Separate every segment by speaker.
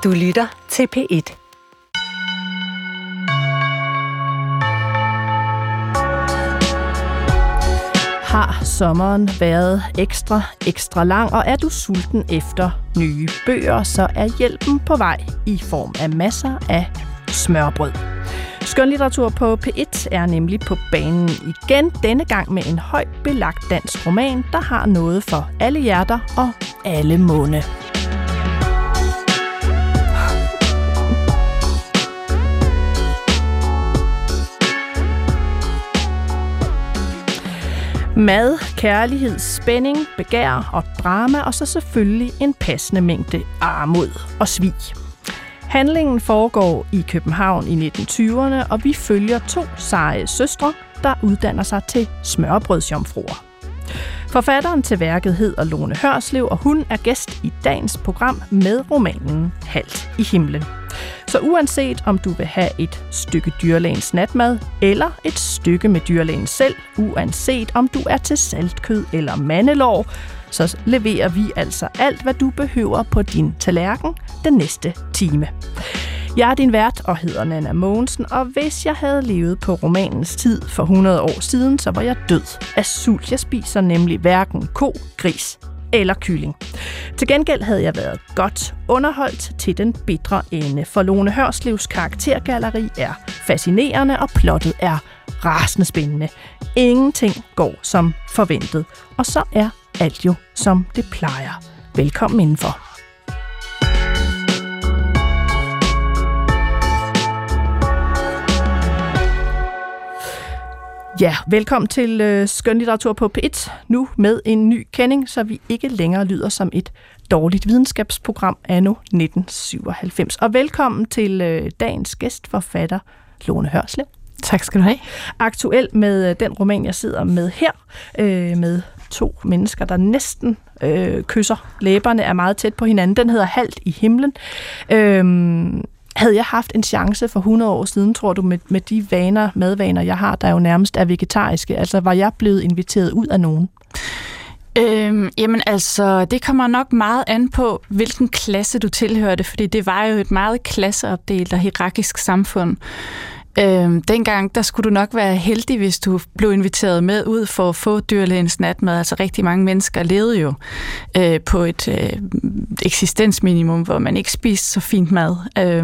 Speaker 1: Du lytter til P1.
Speaker 2: Har sommeren været ekstra lang, og er du sulten efter nye bøger, så er hjælpen på vej i form af masser af smørbrød. Skønlitteratur på P1 er nemlig på banen igen, denne gang med en højt belagt dansk roman, der har noget for alle hjerter og alle munde. Mad, kærlighed, spænding, begær og drama, og så selvfølgelig en passende mængde armod og svig. Handlingen foregår i København i 1920'erne, og vi følger 2 seje søstre, der uddanner sig til smørrebrødsjomfruer. Forfatteren til værket hedder Lone Hørslev, og hun er gæst i dagens program med romanen Halt i himlen. Så uanset om du vil have et stykke dyrlægens natmad eller et stykke med dyrlægen selv, uanset om du er til saltkød eller mandelår, så leverer vi altså alt, hvad du behøver på din tallerken den næste time. Jeg er din vært og hedder Nanna Mogensen, og hvis jeg havde levet på romanens tid for 100 år siden, så var jeg død af sult. Jeg spiser nemlig hverken ko, gris eller kylling. Til gengæld havde jeg været godt underholdt til den bitre ende, for Lone Hørslevs karaktergalleri er fascinerende, og plottet er rasende spændende. Ingenting går som forventet, og så er alt jo som det plejer. Velkommen indenfor. Ja, velkommen til Skønlitteratur på P1, nu med en ny kending, så vi ikke længere lyder som et dårligt videnskabsprogram anno 1997. Og velkommen til dagens gæstforfatter, Lone Hørslev.
Speaker 3: Tak skal du have.
Speaker 2: Aktuel med den roman, jeg sidder med her, med 2 mennesker, der næsten kysser. Læberne er meget tæt på hinanden. Den hedder Halt i himlen. Havde jeg haft en chance for 100 år siden, tror du, med de madvaner, jeg har, der jo nærmest er vegetariske? Altså, var jeg blevet inviteret ud af nogen?
Speaker 3: Jamen altså, det kommer nok meget an på, hvilken klasse du tilhørte, fordi det var jo et meget klasseopdelt og hierarkisk samfund. Dengang, der skulle du nok være heldig, hvis du blev inviteret med ud for at få dyrlægens natmad. Altså rigtig mange mennesker levede jo på et eksistensminimum, hvor man ikke spiste så fint mad.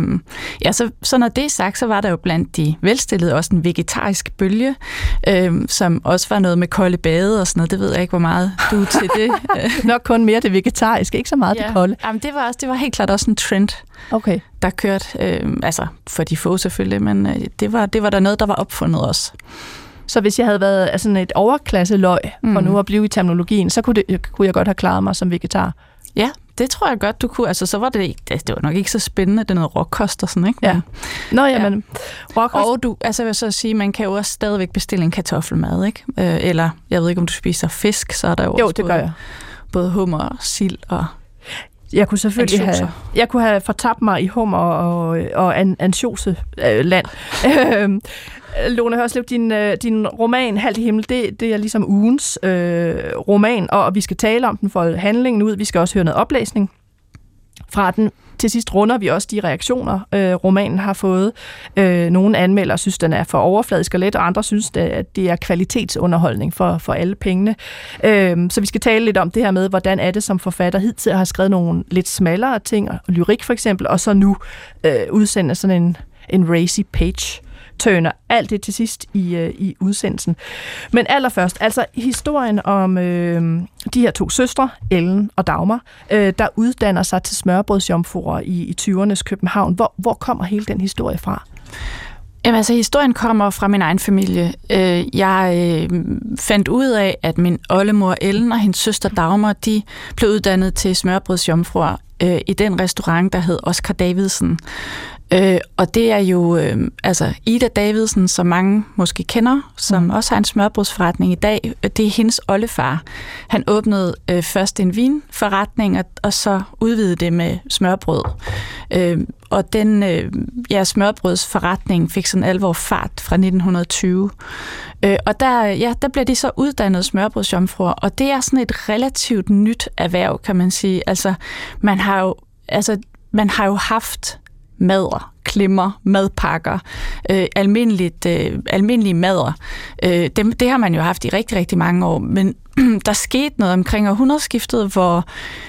Speaker 3: Så når det er sagt, så var der jo blandt de velstillede også en vegetarisk bølge, som også var noget med kolde bade og sådan noget. Det ved jeg ikke, hvor meget du er til det.
Speaker 2: Nok kun mere det vegetariske, ikke så meget det kolde.
Speaker 3: Jamen, det var helt klart også en trend,
Speaker 2: okay,
Speaker 3: der kørte, altså for de få selvfølgelig, men det var der noget, der var opfundet også.
Speaker 2: Så hvis jeg havde været sådan et overklasseløg, for nu at blive i terminologien, så kunne jeg godt have klaret mig som vegetar.
Speaker 3: Ja, det tror jeg godt, du kunne. Altså, så var det var nok ikke så spændende, det er noget råkost og sådan, ikke?
Speaker 2: Ja. Nå, jamen, råkost.
Speaker 3: Og jeg vil så sige, man kan jo også stadigvæk bestille en kartoffelmad, ikke? Eller, jeg ved ikke, om du spiser fisk, så er der jo også
Speaker 2: det gør jeg.
Speaker 3: Både hummer og sild og
Speaker 2: jeg kunne selvfølgelig have fortabt mig i hummer og ansjoseland. Lone Hørslev, din roman Halt i himlen, det er ligesom ugens roman, og vi skal tale om den for handlingen ud. Vi skal også høre noget oplæsning fra den. Til sidst runder vi også de reaktioner, romanen har fået. Nogle anmeldere synes, den er for overfladisk og let, og andre synes, at det er kvalitetsunderholdning for alle pengene. Så vi skal tale lidt om det her med, hvordan er det som forfatter hidtil har skrevet nogle lidt smallere ting, lyrik for eksempel, og så nu udsender sådan en racy page turner. Alt det til sidst i udsendelsen. Men allerførst, altså historien om de her 2 søstre, Ellen og Dagmar, der uddanner sig til smørrebrødsjomfruer i 20'ernes København. Hvor kommer hele den historie fra?
Speaker 3: Jamen altså, historien kommer fra min egen familie. Jeg fandt ud af, at min oldemor Ellen og hendes søster Dagmar, de blev uddannet til smørrebrødsjomfruer i den restaurant, der hed Oscar Davidsen. Og det er jo Ida Davidsen, som mange måske kender, som også har en smørrebrødsforretning i dag. Det er hendes oldefar. Han åbnede først en vinforretning, og så udvidede det med smørbrød. Og den smørbrødsforretning fik sådan alvor fart fra 1920. Og der bliver de så uddannet smørbrødsjomfruer, og det er sådan et relativt nyt erhverv, kan man sige. Altså, man har jo man har jo haft madder, klemmer, madpakker, almindelige madder. Det har man jo haft i rigtig, rigtig mange år, men der skete noget omkring århundredeskiftet, hvor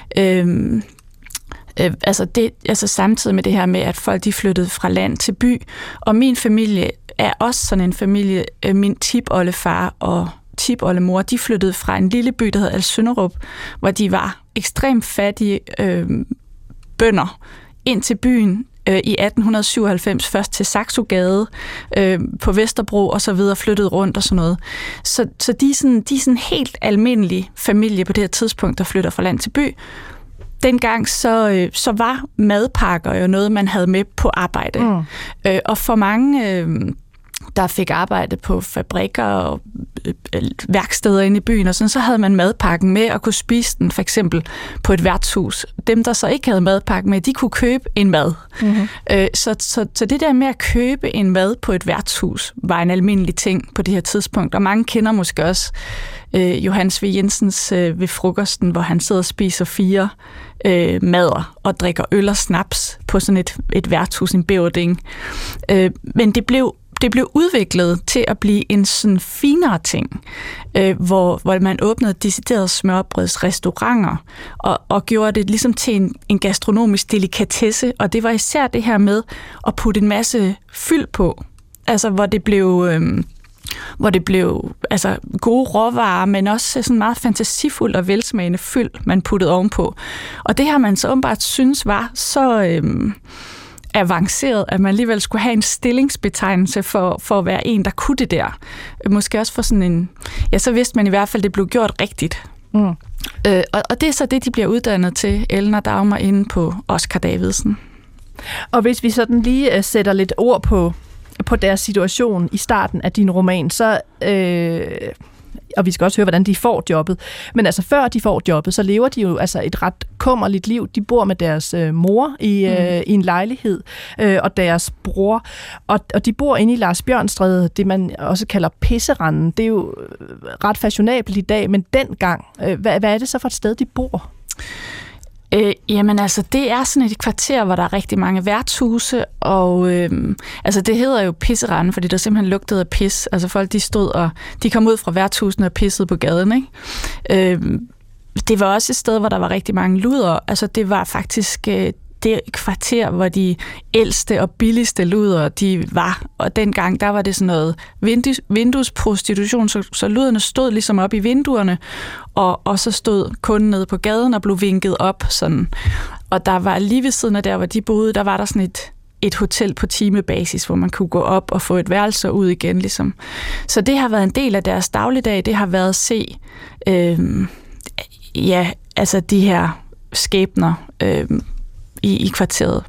Speaker 3: samtidig med det her med, at folk de flyttede fra land til by, og min familie er også sådan en familie, min tipoldefar og tipoldemor, de flyttede fra en lille by, der hedder Alsønderup, hvor de var ekstremt fattige bønder ind til byen i 1897, først til Saxogade på Vesterbro og så videre, flyttede rundt og sådan noget. Så de er sådan helt almindelig familie på det her tidspunkt, der flytter fra land til by. Dengang så var madpakker jo noget, man havde med på arbejde. Og for mange, der fik arbejde på fabrikker og værksteder inde i byen, og sådan, så havde man madpakken med og kunne spise den for eksempel på et værtshus. Dem, der så ikke havde madpakken med, de kunne købe en mad. Mm-hmm. Så det der med at købe en mad på et værtshus var en almindelig ting på det her tidspunkt. Og mange kender måske også Johannes V. Jensens ved frokosten, hvor han sidder og spiser 4 madder og drikker øl og snaps på sådan et værtshus, en bæverding. Men det blev udviklet til at blive en sådan finere ting, hvor man åbnede deciderede smørbrødsrestauranter og gjorde det ligesom til en gastronomisk delikatesse, og det var især det her med at putte en masse fyld på, altså hvor det blev altså gode råvarer, men også sådan meget fantasifuldt og velsmagende fyld, man puttede ovenpå. Og det her man så åbenbart synes var så avanceret, at man alligevel skulle have en stillingsbetegnelse for at være en, der kunne det der. Måske også for sådan en... Ja, så vidste man i hvert fald, at det blev gjort rigtigt. Mm. Og det er så det, de bliver uddannet til, Ellen og Dagmar, inde på Oscar Davidsen.
Speaker 2: Og hvis vi sådan lige sætter lidt ord på deres situation i starten af din roman, så... og vi skal også høre, hvordan de får jobbet. Men altså før de får jobbet, så lever de jo altså et ret kummerligt liv. De bor med deres mor i en lejlighed, og deres bror. Og de bor inde i Lars Bjørnstræde, det man også kalder pisseranden. Det er jo ret fashionabelt i dag, men dengang, hvad er det så for et sted, de bor?
Speaker 3: Jamen altså, det er sådan et kvarter, hvor der er rigtig mange værtshuse, og altså det hedder jo pisseranden, fordi der simpelthen lugtede af pis. Altså folk, de kom ud fra værtshusene og pissede på gaden, ikke? Det var også et sted, hvor der var rigtig mange luder. Altså det var faktisk det kvarter, hvor de ældste og billigste luder, de var. Og dengang, der var det sådan noget vinduesprostitution, så luderne stod ligesom op i vinduerne, og så stod kunden nede på gaden og blev vinket op sådan. Og der var lige ved siden af der, hvor de boede, der var der sådan et hotel på timebasis, hvor man kunne gå op og få et værelse og ud igen, ligesom. Så det har været en del af deres dagligdag. Det har været at se, altså de her skæbner, i kvarteret.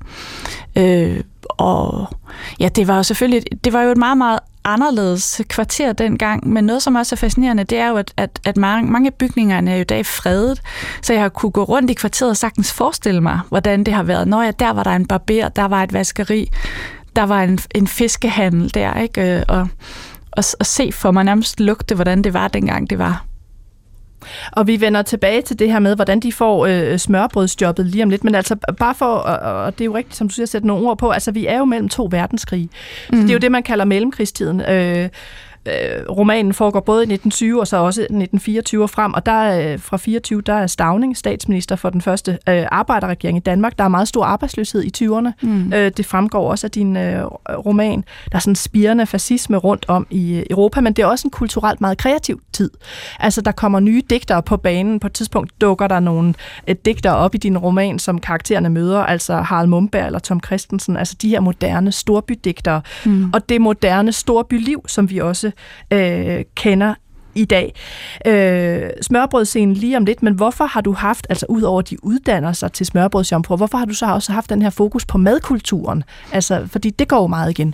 Speaker 3: Og ja, det var jo et meget, meget anderledes kvarter dengang, men noget, som også er fascinerende, det er jo, at mange af bygningerne er jo i dag fredet, så jeg har kunne gå rundt i kvarteret og sagtens forestille mig, hvordan det har været. Når der var der en barber, der var et vaskeri, der var en fiskehandel der, ikke? Og se for mig nærmest lugte, hvordan det var dengang det var.
Speaker 2: Og vi vender tilbage til det her med, hvordan de får smørbrødsjobbet lige om lidt, men altså bare for, og det er jo rigtigt, som du siger, at sætte nogle ord på, altså vi er jo mellem 2 verdenskrige. Så det er jo det, man kalder mellemkrigstiden. Romanen foregår både i 1920 og så også 1924 frem, og der fra 24 der er Stauning statsminister for den første arbejderregering i Danmark. Der er meget stor arbejdsløshed i 20'erne. Det fremgår også af din roman. Der er sådan spirende fascisme rundt om i Europa, men det er også en kulturelt meget kreativ tid. Altså der kommer nye digtere på banen. På et tidspunkt dukker der nogle digtere op i din roman, som karaktererne møder, altså Harald Mumberg eller Tom Christensen, altså de her moderne storbydigtere. Og det moderne storbyliv, som vi også kender i dag. Smørbrødscenen lige om lidt, men hvorfor har du haft, altså ud over de uddanner sig til smørbrødsjomfruer, hvorfor har du så også haft den her fokus på madkulturen? Altså, fordi det går jo meget igen.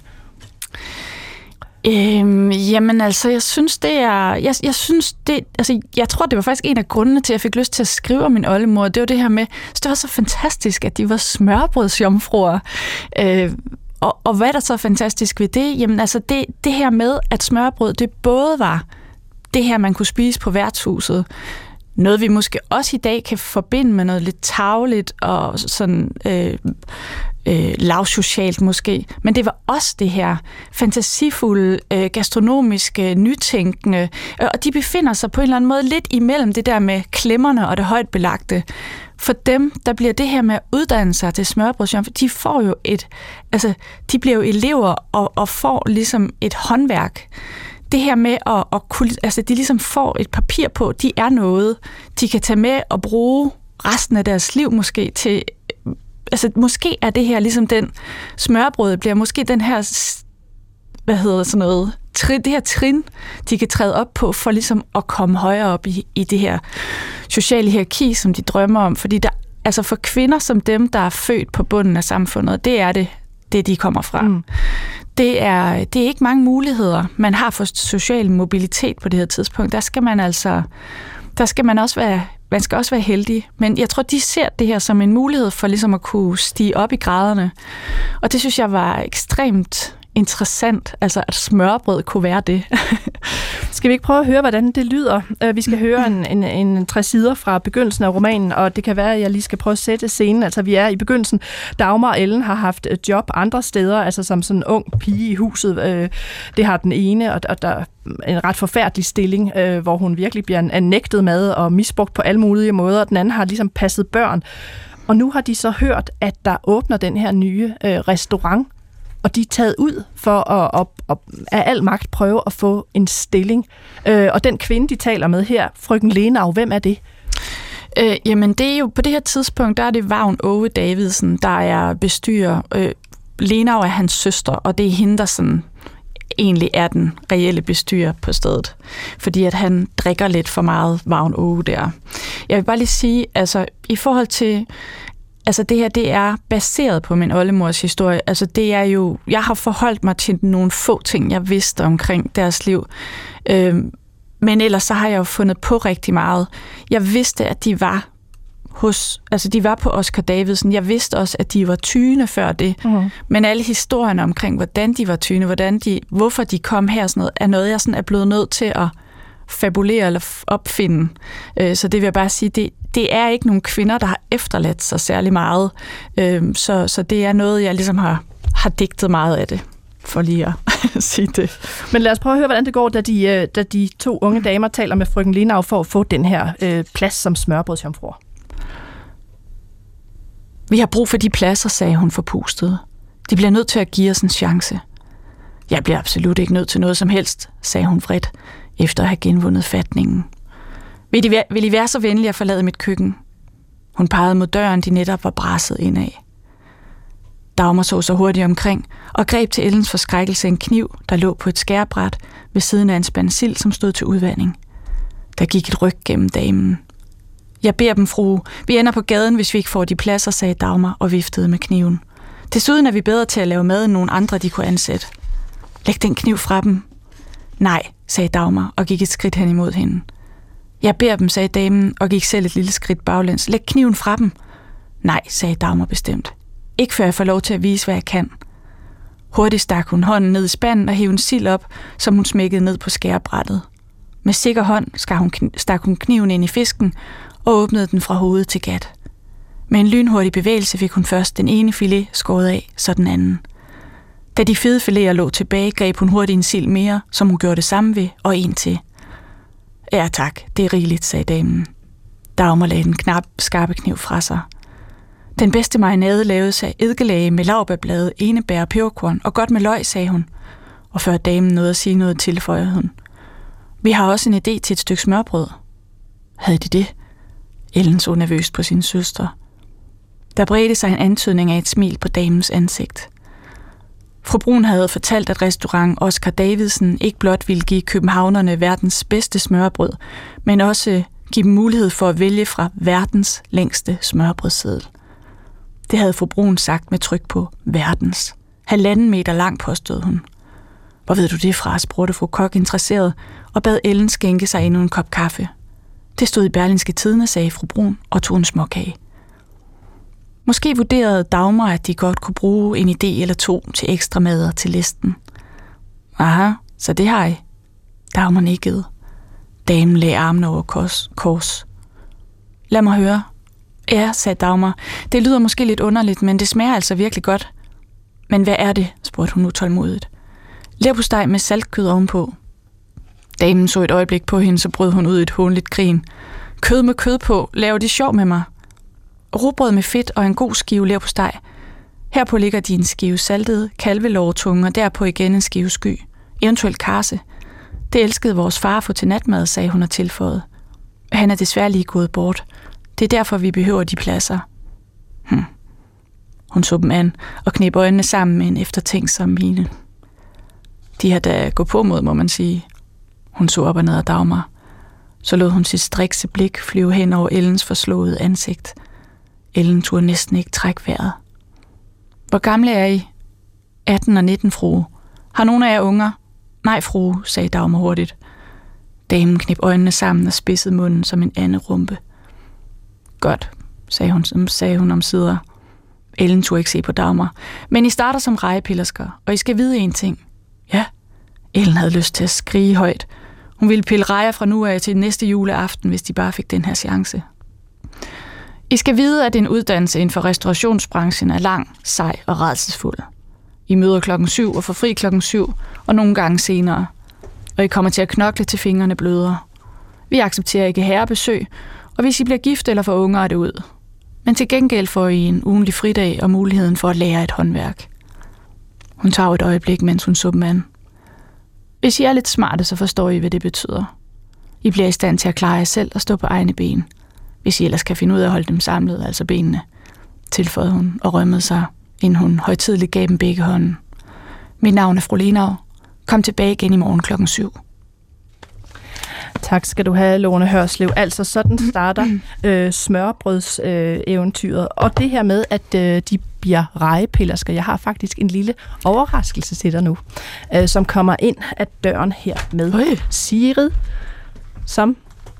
Speaker 3: Jamen altså, jeg synes det er... Jeg tror, det var faktisk en af grundene til, at jeg fik lyst til at skrive om min oldemor. Det var det her med, så det var så fantastisk, at de var smørbrødsjomfruer. Og hvad er der så fantastisk ved det? Jamen altså det her med, at smørbrød, det både var det her, man kunne spise på værtshuset, noget, vi måske også i dag kan forbinde med noget lidt tarveligt og sådan lavsocialt måske. Men det var også det her fantasifulde, gastronomiske, nytænkende, og de befinder sig på en eller anden måde lidt imellem det der med klemmerne og det højt belagte. For dem, der bliver det her med at uddanne sig til smørrebrødsjomfru, de får jo de bliver jo elever og får ligesom et håndværk. Det her med de ligesom får et papir på, de er noget, de kan tage med og bruge resten af deres liv måske til. Altså måske er det her ligesom den smørrebrød bliver måske den her det her trin, de kan træde op på for ligesom at komme højere op i det her sociale hierarki, som de drømmer om, fordi for kvinder som dem, der er født på bunden af samfundet, det er det de kommer fra. Det er ikke mange muligheder, man har for social mobilitet på det her tidspunkt. Man skal også være heldig, men jeg tror, de ser det her som en mulighed for ligesom at kunne stige op i graderne. Og det synes jeg var ekstremt interessant, altså at smørrebrød kunne være det.
Speaker 2: Skal vi ikke prøve at høre, hvordan det lyder? Vi skal høre en 3 sider fra begyndelsen af romanen, og det kan være, at jeg lige skal prøve at sætte scenen. Altså, vi er i begyndelsen. Dagmar og Ellen har haft job andre steder, altså som sådan en ung pige i huset. Det har den ene, og der er en ret forfærdelig stilling, hvor hun virkelig bliver nægtet mad og misbrugt på alle mulige måder. Den anden har ligesom passet børn. Og nu har de så hørt, at der åbner den her nye restaurant, og de er taget ud for at af al magt prøve at få en stilling. Og den kvinde, de taler med her, frøken Lenau, hvem er det?
Speaker 3: Jamen, det er jo på det her tidspunkt, der er det Vagn Åge Davidsen, der er bestyrer. Lenau er hans søster, og det er hende, der sådan egentlig er den reelle bestyrer på stedet. Fordi at han drikker lidt for meget Vagn Åge der. Jeg vil bare lige sige, altså i forhold til det her, det er baseret på min oldemors historie. Altså det er jo, jeg har forholdt mig til nogle få ting, jeg vidste omkring deres liv. Men ellers så har jeg jo fundet på rigtig meget. Jeg vidste, at de var på Oscar Davidsen. Jeg vidste også, at de var tyne før det. Men alle historierne omkring, hvordan de var tyne, hvorfor de kom her, sådan noget, er noget, jeg sådan er blevet nødt til at fabulere eller opfinde. Så det vil jeg bare sige, det er ikke nogen kvinder, der har efterladt sig særlig meget. Så det er noget, jeg ligesom har digtet meget af det, for lige at sige det.
Speaker 2: Men lad os prøve at høre, hvordan det går, da de 2 unge damer taler med frøken Lenau for at få den her plads som smørrebrødsjomfru.
Speaker 3: Vi har brug for de pladser, sagde hun forpustet. De bliver nødt til at give os en chance. Jeg bliver absolut ikke nødt til noget som helst, sagde hun vredt, efter at have genvundet fatningen. Vil I være så venlige at forlade mit køkken? Hun pegede mod døren, de netop var brasset indad. Dagmar så sig hurtigt omkring og greb til Ellens forskrækkelse en kniv, der lå på et skærebræt ved siden af en spand sild, som stod til udvanding. Der gik et ryg gennem damen. Jeg beder dem, frue. Vi ender på gaden, hvis vi ikke får de pladser, sagde Dagmar og viftede med kniven. Desuden er vi bedre til at lave mad end nogen andre, de kunne ansætte. Læg den kniv fra dem. Nej, sagde Dagmar og gik et skridt hen imod hende. Jeg beder dem, sagde damen og gik selv et lille skridt baglæns. Læg kniven fra dem. Nej, sagde Dagmar bestemt. Ikke før jeg får lov til at vise, hvad jeg kan. Hurtigt stak hun hånden ned i spanden og hævde en sild op, som hun smækkede ned på skærebrættet. Med sikker hånd stak hun kniven ind i fisken og åbnede den fra hovedet til gat. Med en lynhurtig bevægelse fik hun først den ene filet skåret af, så den anden. Da de fede fileter lå tilbage, greb hun hurtigt en sild mere, som hun gjorde det samme ved, og en til. Ja tak, det er rigeligt, sagde damen. Dagmar lagde den skarpe kniv fra sig. Den bedste marinade lavedes af eddikelag med laurbærblade, enebær og peberkorn, og godt med løg, sagde hun. Og før damen nåede at sige noget, tilføjede hun. Vi har også en idé til et stykke smørbrød. Havde de det? Ellen så nervøst på sin søster. Der bredte sig en antydning af et smil på damens ansigt. Fru Brun havde fortalt, at restaurant Oscar Davidsen ikke blot ville give københavnerne verdens bedste smørbrød, men også give dem mulighed for at vælge fra verdens længste smørbrødseddel. Det havde fru Brun sagt med tryk på verdens. 1,5 meter lang, påstod hun. Hvor ved du det fra, spurgte fru Kok interesseret, og bad Ellen skænke sig endnu en kop kaffe. Det stod i Berlingske Tidende, sagde fru Brun, og tog en småkage. Måske vurderede Dagmar, at de godt kunne bruge en idé eller 2 til ekstra mader til listen. Aha, så det har I. Dagmar nikkede. Damen lagde armen over kors. Lad mig høre. Ja, sagde Dagmar. Det lyder måske lidt underligt, men det smager altså virkelig godt. Men hvad er det? Spurgte hun utålmodigt. Leverpostej med saltkød ovenpå. Damen så et øjeblik på hende, så brød hun ud i et hånligt grin. Kød med kød på, laver de sjov med mig. Rugbrød med fedt og en god skive leverpostej. Herpå ligger de en skive saltet kalvelårtunge, og derpå igen en skive sky. Eventuelt karse. Det elskede vores far at få til natmad, sagde hun og tilføjede. Han er desværre lige gået bort. Det er derfor, vi behøver de pladser. Hun så dem an og kneb øjnene sammen med en eftertænksom mine. De har da gået på mod, må man sige. Hun så op og ned af Dagmar. Så lod hun sit strikse blik flyve hen over Ellens forslåede ansigt. Ellen turde næsten ikke trække vejret. Hvor gamle er I? 18 og 19, frue. Har nogen af jer unger? Nej, frue, sagde Dagmar hurtigt. Damen kneb øjnene sammen og spidsede munden som en anderumpe. Godt, sagde hun omsider. Ellen turde ikke se på Dagmar. Men I starter som rejepillersker, og I skal vide en ting. Ja, Ellen havde lyst til at skrige højt. Hun ville pille rejer fra nu af til næste juleaften, hvis de bare fik den her chance. I skal vide, at en uddannelse inden for restaurationsbranchen er lang, sej og rædselsfuld. I møder 7:00 og får fri 7:00, og nogle gange senere. Og I kommer til at knokle til fingrene bløder. Vi accepterer ikke herrebesøg, og hvis I bliver gift eller får unger, er det ud. Men til gengæld får I en ugentlig fridag og muligheden for at lære et håndværk. Hun tager et øjeblik, mens hun så dem an. Hvis I er lidt smarte, så forstår I, hvad det betyder. I bliver i stand til at klare jer selv og stå på egne ben. Hvis I ellers kan finde ud af at holde dem samlet, altså benene, tilføjede hun og rømmede sig, inden hun højtideligt gav dem begge hånden. Mit navn er fru Lenau. Kom tilbage igen i morgen 7:00.
Speaker 2: Tak skal du have, Lone Hørslev. Altså sådan starter smørbrødseventyret. Og det her med, at de bliver rejepillersker. Jeg har faktisk en lille overraskelse til dig nu, som kommer ind ad døren her med Sigrid, som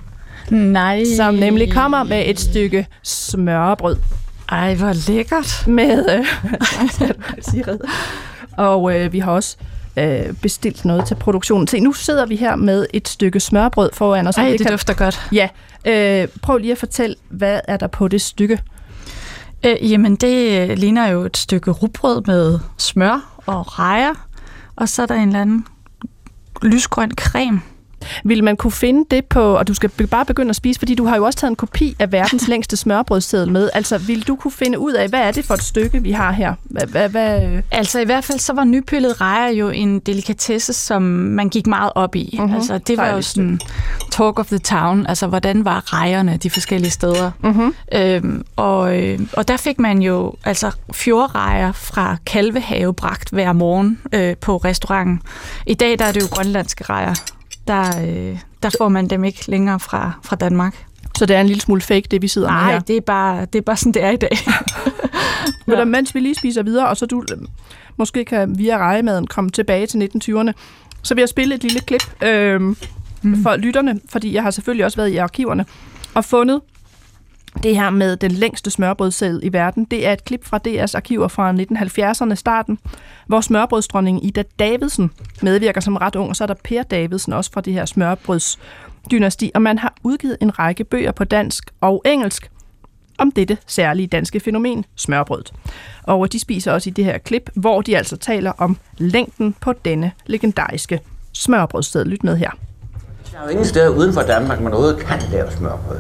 Speaker 2: nemlig kommer med et stykke smørbrød.
Speaker 3: Ej, hvor lækkert.
Speaker 2: Med Sigrid. Og vi har også bestilt noget til produktionen. Se, nu sidder vi her med et stykke smørbrød foran os.
Speaker 3: Ej, det dufter godt.
Speaker 2: Ja. Prøv lige at fortælle, hvad er der på det stykke?
Speaker 3: Jamen, det ligner jo et stykke rugbrød med smør og rejer, og så er der en eller anden lysgrøn creme.
Speaker 2: Vil man kunne finde det på, og du skal bare begynde at spise, fordi du har jo også taget en kopi af verdens længste smørbrødsseddel med. Altså, vil du kunne finde ud af, hvad er det for et stykke, vi har her?
Speaker 3: Altså, i hvert fald så var nypillet rejer jo en delikatesse, som man gik meget op i. Mm-hmm. Altså, det var jo sådan talk of the town. Altså, hvordan var rejerne de forskellige steder? Mm-hmm. Og der fik man jo altså fjordrejer fra Kalvehave bragt hver morgen på restauranten. I dag der er det jo grønlandske rejer. Der får man dem ikke længere fra Danmark.
Speaker 2: Så det er en lille smule fake, det vi sidder med her?
Speaker 3: Nej, det er bare sådan, det er i dag.
Speaker 2: Men mens vi lige spiser videre, og så du måske kan via rejemaden komme tilbage til 1920'erne, så vil jeg spille et lille klip for lytterne, fordi jeg har selvfølgelig også været i arkiverne og fundet det her med den længste smørbrødsseddel i verden. Det er et klip fra DR's arkiver fra 1970'erne starten, hvor smørbrødsdronningen Ida Davidsen medvirker som ret ung, og så er der Per Davidsen også fra det her smørbrødsdynasti, og man har udgivet en række bøger på dansk og engelsk om dette særlige danske fænomen, smørbrødet. Og de spiser også i det her klip, hvor de altså taler om længden på denne legendariske smørbrødsseddel. Lyt med her.
Speaker 1: Der er jo ingen steder uden for Danmark, man overhovedet kan lave smørbrød.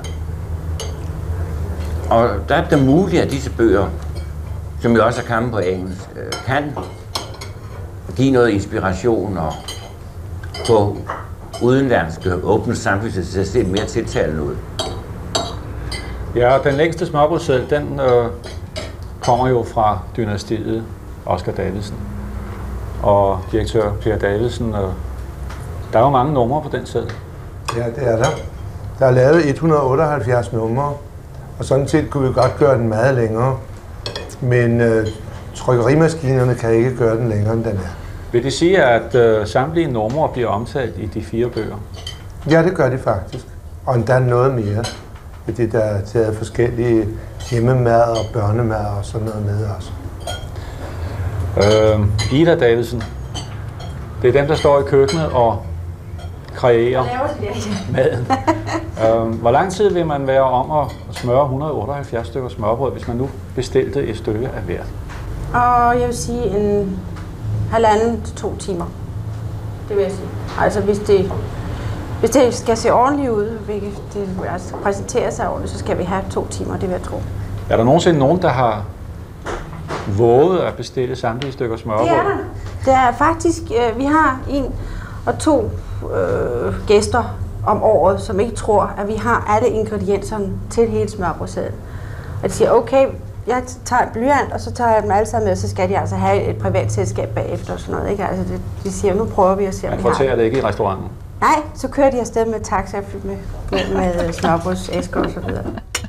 Speaker 1: Og der er det muligt, at disse bøger, som jo også er kommet på engelsk, kan give noget inspiration og få udenlandske åbne samfund til at se mere tiltalende ud.
Speaker 4: Ja, den længste smørbrødsseddel, den kommer jo fra dynastiet Oscar Davidsen og direktør Per Davidsen. Og der er jo mange numre på den seddel.
Speaker 5: Ja, det er der. Der er lavet 178 numre. Og sådan set kunne vi godt gøre den meget længere, men trykkerimaskinerne kan ikke gøre den længere, end den er.
Speaker 4: Vil det sige, at samtlige numre bliver omtalt i de 4 bøger?
Speaker 5: Ja, det gør de faktisk. Og endda noget mere. Fordi der er taget forskellige hjemmemad og børnemad og sådan noget med også.
Speaker 4: Ida Davidsen, det er dem, der står i køkkenet og kreere maden. Hvor lang tid vil man være om at smøre 178 stykker smørbrød, hvis man nu bestilte et stykke af hvert?
Speaker 6: Og jeg vil sige 1,5 til 2 timer. Det vil jeg sige. Altså hvis det skal se ordentligt ud, hvilket det altså præsentere sig ordentligt, så skal vi have 2 timer, det vil jeg tro.
Speaker 4: Er der nogensinde nogen, der har våget at bestille samtlige stykker smørbrød?
Speaker 6: Det er faktisk, vi har 1 og 2 gæster om året, som ikke tror, at vi har alle ingredienserne til hele smørbrødsedlen. Og de siger, okay, jeg tager en blyant, og så tager jeg dem alle sammen med, og så skal de altså have et privat selskab bagefter og sådan noget. Ikke? Altså de siger, nu prøver vi at se, om vi har.
Speaker 4: Man fortærer det ikke i restauranten?
Speaker 6: Nej, så kører de afsted med taxa med smørbrødsæsker og så videre.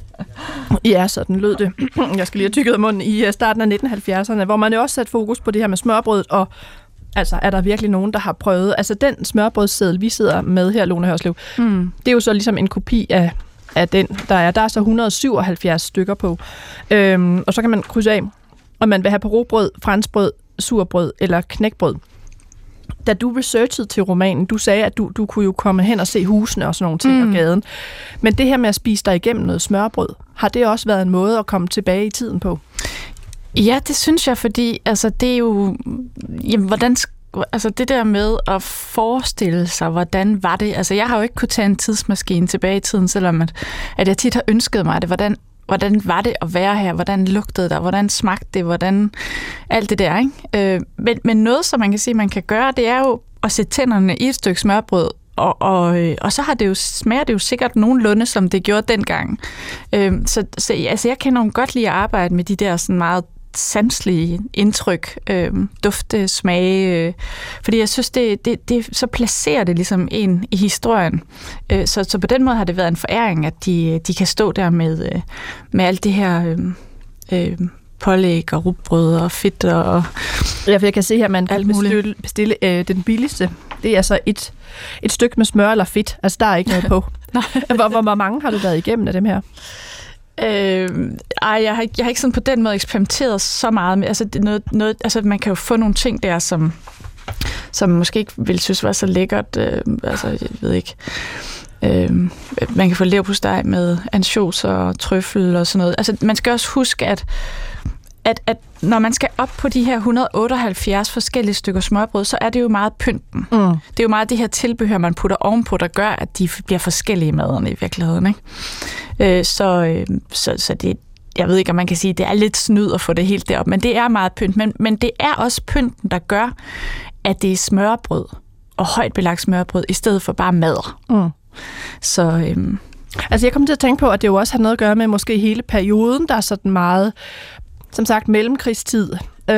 Speaker 2: Ja, sådan lød det. Jeg skal lige have tykket af munden i starten af 1970'erne, hvor man jo også satte fokus på det her med smørbrødet, og altså, er der virkelig nogen, der har prøvet? Altså, den smørbrødsseddel, vi sidder med her, Lone Hørslev, det er jo så ligesom en kopi af den, der er. Der er så 177 stykker på. Og så kan man krydse af, om man vil have rugbrød, franskbrød, surbrød eller knækbrød. Da du researchede til romanen, du sagde, at du kunne jo komme hen og se husene og sådan nogle ting og gaden. Men det her med at spise dig igennem noget smørbrød, har det også været en måde at komme tilbage i tiden på?
Speaker 3: Ja, det synes jeg, fordi altså, det er jo... Jamen, altså det der med at forestille sig, hvordan var det... Altså, jeg har jo ikke kunnet tage en tidsmaskine tilbage i tiden, selvom at jeg tit har ønsket mig det. Hvordan var det at være her? Hvordan lugtede der? Hvordan smagte det? Hvordan... Alt det der, ikke? Men noget, som man kan sige, man kan gøre, det er jo at sætte tænderne i et stykke smørbrød, og så smager det jo sikkert nogenlunde, som det gjorde dengang. Så altså, jeg kan jo godt lide at arbejde med de der sådan meget sanselige indtryk, dufte, smage, fordi jeg synes, det så placerer det ligesom en i historien. Så på den måde har det været en foræring, at de kan stå der med alt det her pålæg og rugbrød og fedt og
Speaker 2: ja, for jeg kan se her, at man kan bestille den billigste. Det er altså et stykke med smør eller fedt. Altså, der er ikke noget på. Hvor mange har du været igennem af dem her?
Speaker 3: Jeg har ikke sådan på den måde eksperimenteret så meget med, altså altså man kan jo få nogle ting der, som måske ikke ville synes var så lækkert, altså jeg ved ikke. Man kan få leverpostej med ansjos og trøffel og sådan noget. Altså man skal også huske, at når man skal op på de her 178 forskellige stykker smørbrød, så er det jo meget pynten. Det er jo meget det her tilbehør, man putter ovenpå, der gør, at de bliver forskellige maderne i virkeligheden. Ikke? Så det, jeg ved ikke, om man kan sige, at det er lidt snyd at få det helt derop, men det er meget pynt. Men det er også pynten, der gør, at det er smørbrød og højt belagt smørbrød, i stedet for bare madder. Så...
Speaker 2: Altså jeg kom til at tænke på, at det jo også har noget at gøre med måske hele perioden, der er sådan meget... Som sagt, mellemkrigstid.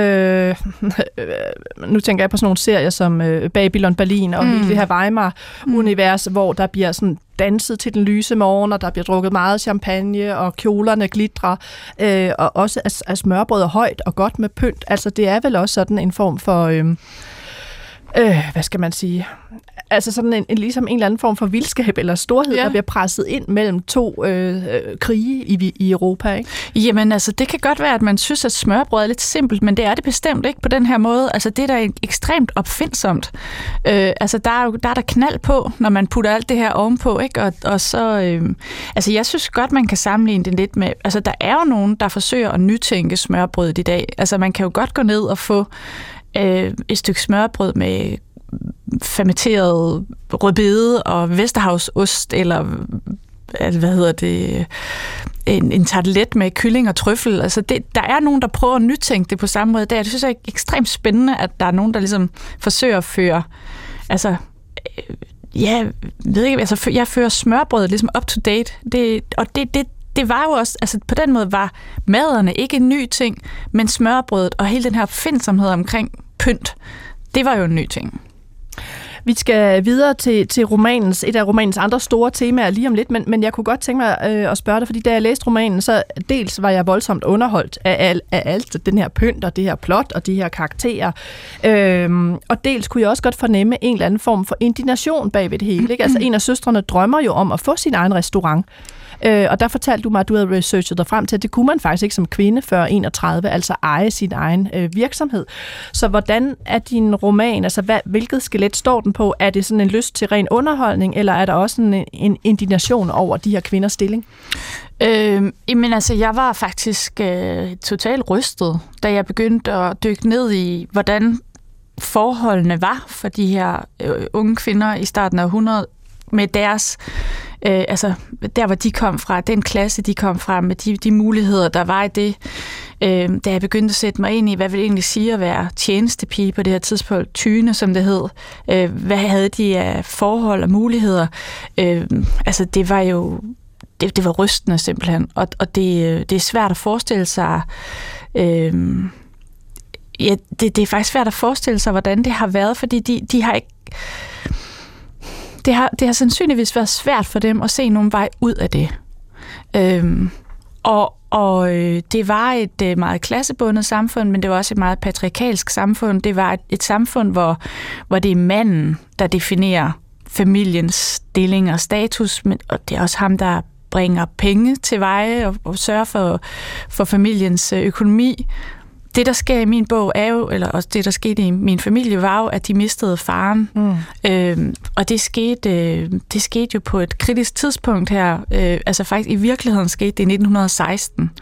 Speaker 2: Nu tænker jeg på sådan nogle serier som Babylon Berlin og hele det her Weimar-univers, hvor der bliver sådan danset til den lyse morgen, og der bliver drukket meget champagne, og kjolerne glitrer, og også af smørbrød og højt og godt med pynt. Altså det er vel også sådan en form for... hvad skal man sige? Altså sådan ligesom en eller anden form for vildskab eller storhed, der bliver presset ind mellem 2 krige i Europa, ikke? Jamen
Speaker 3: altså, det kan godt være, at man synes, at smørbrød er lidt simpelt, men det er det bestemt ikke på den her måde. Altså, det er da ekstremt opfindsomt. Altså, der er der knald på, når man putter alt det her ovenpå, ikke? Og så... altså, jeg synes godt, man kan sammenligne det lidt med... Altså, der er jo nogen, der forsøger at nytænke smørbrødet i dag. Altså, man kan jo godt gå ned og få et stykke smørbrød med fermenteret rødbede og Vesterhavsost, eller hvad hedder det, en tartelet med kylling og trøffel. Altså der er nogen, der prøver at nytænke det på samme måde. Det synes jeg er ekstremt spændende, at der er nogen, der ligesom forsøger at føre, altså jeg fører smørbrødet ligesom up to date. Det var jo også, altså på den måde var maderne ikke en ny ting, men smørbrødet og hele den her opfindsomhed omkring pynt, det var jo en ny ting.
Speaker 2: Vi skal videre til et af romanens andre store temaer lige om lidt, men jeg kunne godt tænke mig at spørge dig, fordi da jeg læste romanen, så dels var jeg voldsomt underholdt af alt den her pynt og det her plot og de her karakterer, og dels kunne jeg også godt fornemme en eller anden form for indignation bag ved det hele. Ikke? Altså en af søstrene drømmer jo om at få sin egen restaurant, Og der fortalte du mig, at du havde researchet dig frem til, at det kunne man faktisk ikke som kvinde før 31, altså eje sin egen virksomhed. Så hvordan er din roman, altså hvilket skelet står den på? Er det sådan en lyst til ren underholdning, eller er der også en indignation over de her kvinders stilling?
Speaker 3: Men altså, jeg var faktisk totalt rystet, da jeg begyndte at dykke ned i, hvordan forholdene var for de her unge kvinder i starten af århundredet, med deres, altså der hvor de kom fra, den klasse de kom fra, med de muligheder, der var i det. Da jeg begyndte at sætte mig ind i, hvad vil det egentlig sige at være tjenestepige på det her tidspunkt, tyne som det hed, hvad havde de af forhold og muligheder, altså det var jo, det var rystende simpelthen, og det er svært at forestille sig, ja, det er faktisk svært at forestille sig, hvordan det har været, fordi de har ikke, det har sandsynligvis været svært for dem at se nogen vej ud af det. Og det var et meget klassebundet samfund, men det var også et meget patriarkalsk samfund. Det var et samfund, hvor det er manden, der definerer familiens stilling og status, og det er også ham, der bringer penge til veje og sørger for familiens økonomi. Det, der sker i min bog, er jo, eller også det, der skete i min familie, var jo, at de mistede faren. Og det skete jo på et kritisk tidspunkt her. Altså faktisk i virkeligheden skete det i 1916.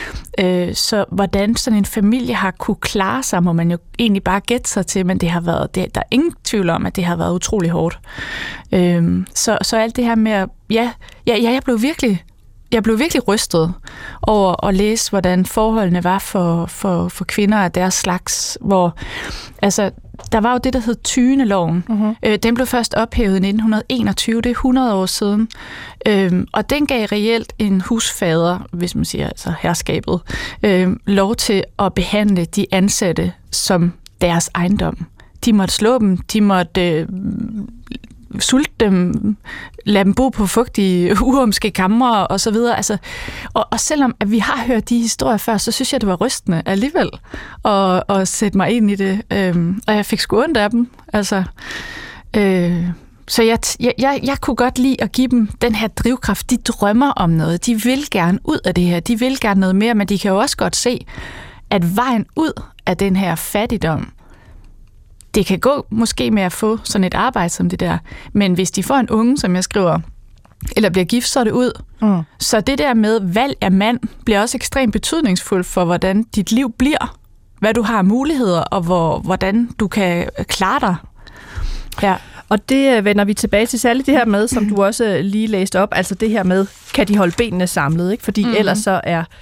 Speaker 3: Så hvordan sådan en familie har kunne klare sig, må man jo egentlig bare gætte sig til, men der er ingen tvivl om, at det har været utrolig hårdt. Så alt det her med at, jeg blev virkelig rystet over at læse, hvordan forholdene var for kvinder af deres slags, hvor, altså, der var jo det, der hed Tyneloven. Den blev først ophævet i 1921, det er 100 år siden, og den gav reelt en husfader, hvis man siger altså herskabet, lov til at behandle de ansatte som deres ejendom. De måtte slå dem, de måtte sulte dem, lade dem bo på fugtige, uomske kamre og så videre. Altså, og selvom at vi har hørt de historier før, så synes jeg, det var rystende alligevel at sætte mig ind i det. Og jeg fik sgu ondt af dem. Altså, så jeg kunne godt lide at give dem den her drivkraft. De drømmer om noget. De vil gerne ud af det her. De vil gerne noget mere, men de kan jo også godt se, at vejen ud af den her fattigdom, det kan gå måske med at få sådan et arbejde som det der, men hvis de får en unge, som jeg skriver, eller bliver gift, så er det ud. Så det der med valg af mand bliver også ekstremt betydningsfuldt for, hvordan dit liv bliver, hvad du har af muligheder, og hvordan du kan klare dig. Ja. Og det vender vi tilbage til, særligt det her med, som du også lige læste op, altså det her med, kan de holde benene samlet, ikke? Fordi ellers så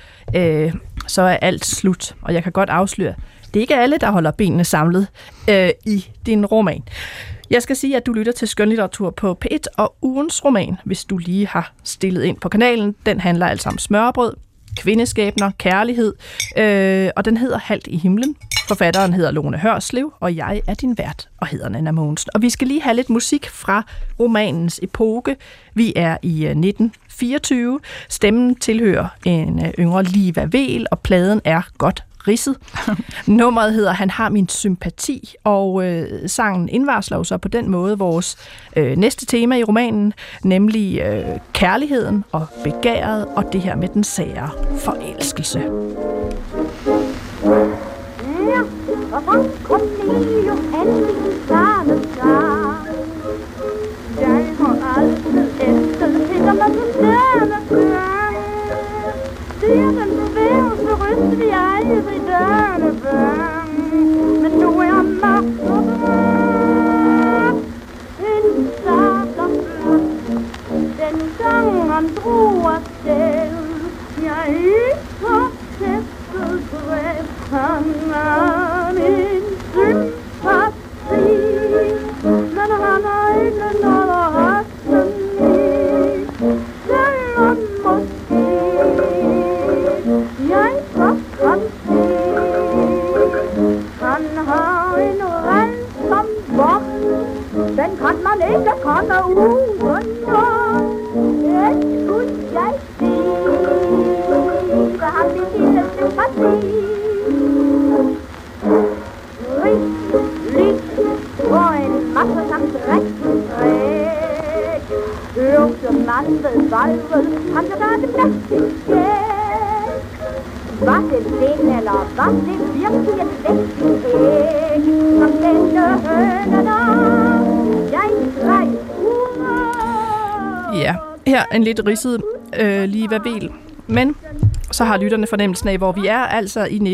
Speaker 3: er alt slut, og jeg kan godt afsløre, det er ikke alle, der holder benene samlet i din roman. Jeg skal sige, at du lytter til skønlitteratur på P1, og ugens roman, hvis du lige har stillet ind på kanalen, den handler altså om smørrebrød, kvindeskæbner, kærlighed, og den hedder Halt i himlen. Forfatteren hedder Lone Hørslev, og jeg er din vært og hedder Nanna Mogensen. Og vi skal lige have lidt musik fra romanens epoke. Vi er i 1924. Stemmen tilhører en yngre Liva Vel, og pladen er godt ridset. Nummeret hedder Han har min sympati, og sangen indvarsler jo så på den måde vores næste tema i romanen, nemlig kærligheden og begæret, og det her med den sære forelskelse.
Speaker 7: Ja, og så kom Leo an min barnesang. Jeg har altid elsket Peter Madsens børnebørn. Det er den bevægelse ryst, vi aldrig børnebørn. Men nu er mørkt og mørkt. En starter blot. Den gang han drog afsted. Jeg ikke har tæstet brev. Han er min sympati. Men han har ikke noget at haste i. Selvom måske jeg godt kan se. Han har en rand som vogn. Den kan man ikke komme uden om. Et skulle jeg sige. For han vil hele sympati. Og en masse som træk. Lugte mand ved valget. Han kan det virkelig et vægtigt æg, som sendte hønerne. Jeg skreg hurra.
Speaker 2: Ja, her en lidt ridset Liva Weel. Men så har lytterne fornemmelsen af, hvor vi er, altså i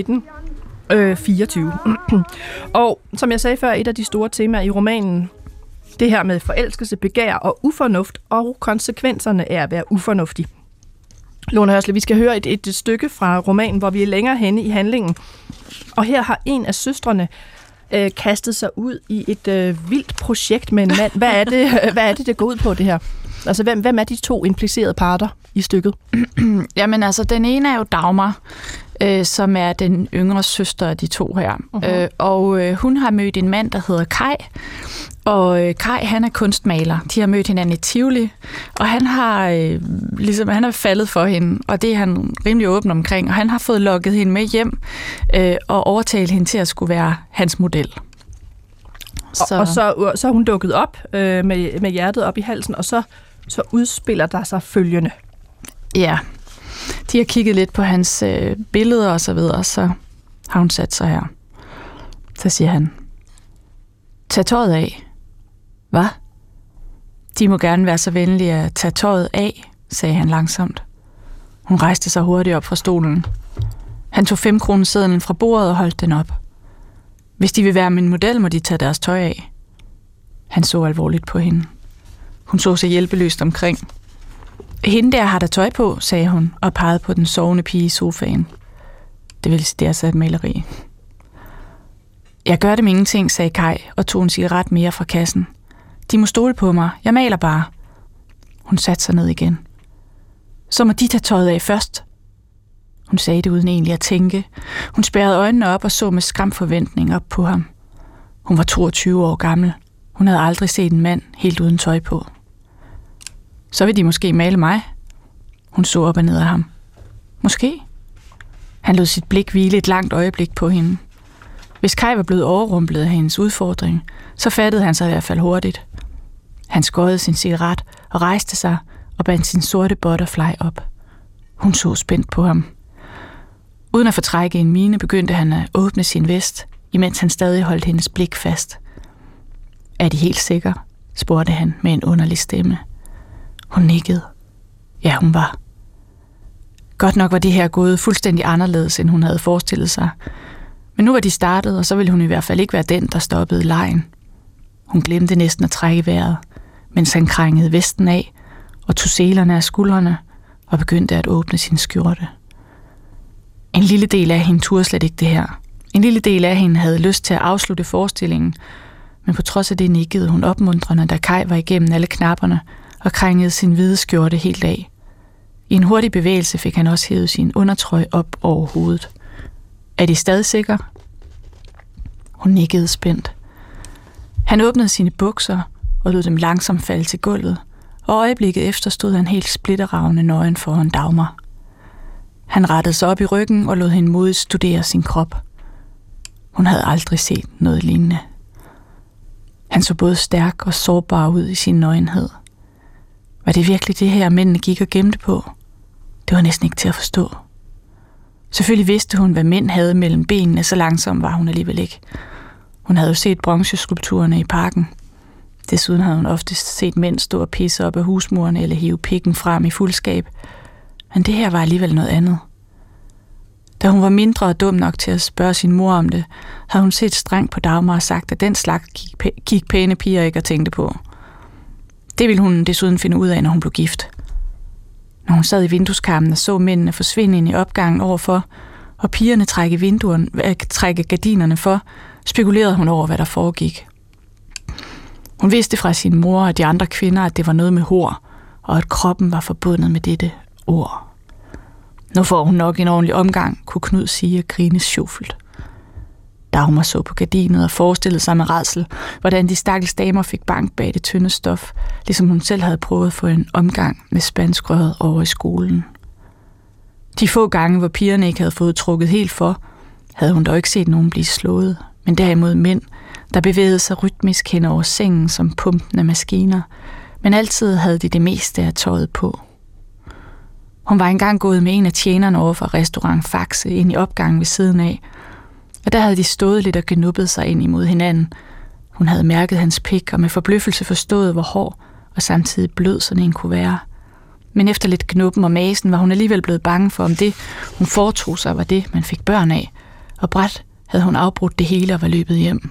Speaker 2: 1924. Og som jeg sagde før, et af de store temaer i romanen, det her med forelskelse, begær og ufornuft, og konsekvenserne af at være ufornuftig. Lone Hørslev, vi skal høre et stykke fra romanen, hvor vi er længere henne i handlingen. Og her har en af søstrene kastet sig ud i et vildt projekt med en mand. Hvad er det går ud på, det her? Altså, hvem er de to implicerede parter i stykket?
Speaker 3: Jamen altså, den ene er jo Dagmar, som er den yngre søster af de to her. Uh-huh. Og hun har mødt en mand, der hedder Kai. Og Kai, han er kunstmaler. De har mødt hinanden i Tivoli, og han har han er faldet for hende, og det er han rimelig åben omkring. Og han har fået lukket hende med hjem og overtalt hende til at skulle være hans model.
Speaker 2: Og så er hun dukket op med hjertet op i halsen, og så udspiller der sig følgende.
Speaker 3: Ja, de har kigget lidt på hans billeder og så videre, så har hun sat sig her. Så siger han, tag tøjet af. Hvad? De må gerne være så venlige at tage tøjet af, sagde han langsomt. Hun rejste sig hurtigt op fra stolen. Han tog 5-kronesedlen fra bordet og holdt den op. Hvis de vil være min model, må de tage deres tøj af. Han så alvorligt på hende. Hun så sig hjælpeløst omkring. Hende der har der tøj på, sagde hun, og pegede på den sovende pige i sofaen. Det vil sige, det er så et maleri. Jeg gør dem ingenting, sagde Kai, og tog en cigaret mere fra kassen. De må stole på mig. Jeg maler bare. Hun satte sig ned igen. Så må de tage tøjet af først. Hun sagde det uden egentlig at tænke. Hun spærrede øjnene op og så med skræmt forventning op på ham. Hun var 22 år gammel. Hun havde aldrig set en mand helt uden tøj på. Så vil de måske male mig. Hun så op og ned af ham. Måske. Han lod sit blik hvile et langt øjeblik på hende. Hvis Kai var blevet overrumplet af hendes udfordring, så fattede han sig i hvert fald hurtigt. Han skårede sin cigaret og rejste sig og bandt sin sorte butterfly op. Hun så spændt på ham. Uden at fortrække en mine, begyndte han at åbne sin vest, imens han stadig holdt hendes blik fast. Er de helt sikre? Spurgte han med en underlig stemme. Hun nikkede. Ja, hun var. Godt nok var det her gået fuldstændig anderledes, end hun havde forestillet sig. Men nu var de startet, og så ville hun i hvert fald ikke være den, der stoppede legen. Hun glemte næsten at trække vejret, mens han krængede vesten af og tog selerne af skuldrene og begyndte at åbne sin skjorte. En lille del af hende turde slet ikke det her. En lille del af hende havde lyst til at afslutte forestillingen, men på trods af det nikkede hun opmuntrende, da Kai var igennem alle knapperne og krængede sin hvide skjorte helt af. I en hurtig bevægelse fik han også hævet sin undertrøje op over hovedet. Er de stadig sikre? Hun nikkede spændt. Han åbnede sine bukser og lod dem langsomt falde til gulvet, og øjeblikket efter stod han helt splitteravne nøgen foran Dagmar. Han rettede sig op i ryggen og lod hende modigt studere sin krop. Hun havde aldrig set noget lignende. Han så både stærk og sårbar ud i sin nøgenhed. Var det virkelig det her, mændene gik og gemte på? Det var næsten ikke til at forstå. Selvfølgelig vidste hun, hvad mænd havde mellem benene, så langsom var hun alligevel ikke. Hun havde jo set bronzeskulpturerne i parken. Desuden havde hun ofte set mænd stå og pisse op af husmurene eller hive pikken frem i fuldskab. Men det her var alligevel noget andet. Da hun var mindre og dum nok til at spørge sin mor om det, havde hun set strengt på Dagmar og sagt, at den slags gik pæne piger ikke at tænke på. Det ville hun desuden finde ud af, når hun blev gift. Når hun sad i vindueskarmen og så mændene forsvinde ind i opgangen overfor, og pigerne trække gardinerne for, spekulerede hun over, hvad der foregik. Hun vidste fra sin mor og de andre kvinder, at det var noget med hor, og at kroppen var forbundet med dette ord. Nu får hun nok en ordentlig omgang, kunne Knud sige og grine sjovt. Dagmar så på gardinet og forestillede sig med rædsel, hvordan de stakkels damer fik bank bag det tynde stof, ligesom hun selv havde prøvet at få en omgang med spanskrøret over i skolen. De få gange, hvor pigerne ikke havde fået trukket helt for, havde hun dog ikke set nogen blive slået, men derimod mænd, der bevægede sig rytmisk hen over sengen som pumpende maskiner, men altid havde de det meste af tøjet på. Hun var engang gået med en af tjenerne over fra restaurant Faxe ind i opgangen ved siden af, Og der havde de stået lidt og genuppet sig ind imod hinanden. Hun havde mærket hans pik og med forbløffelse forstået, hvor hård og samtidig blød sådan en kunne være. Men efter lidt knuppen og masen var hun alligevel blevet bange for, om det, hun foretog sig, var det, man fik børn af. Og brat havde hun afbrudt det hele og var løbet hjem.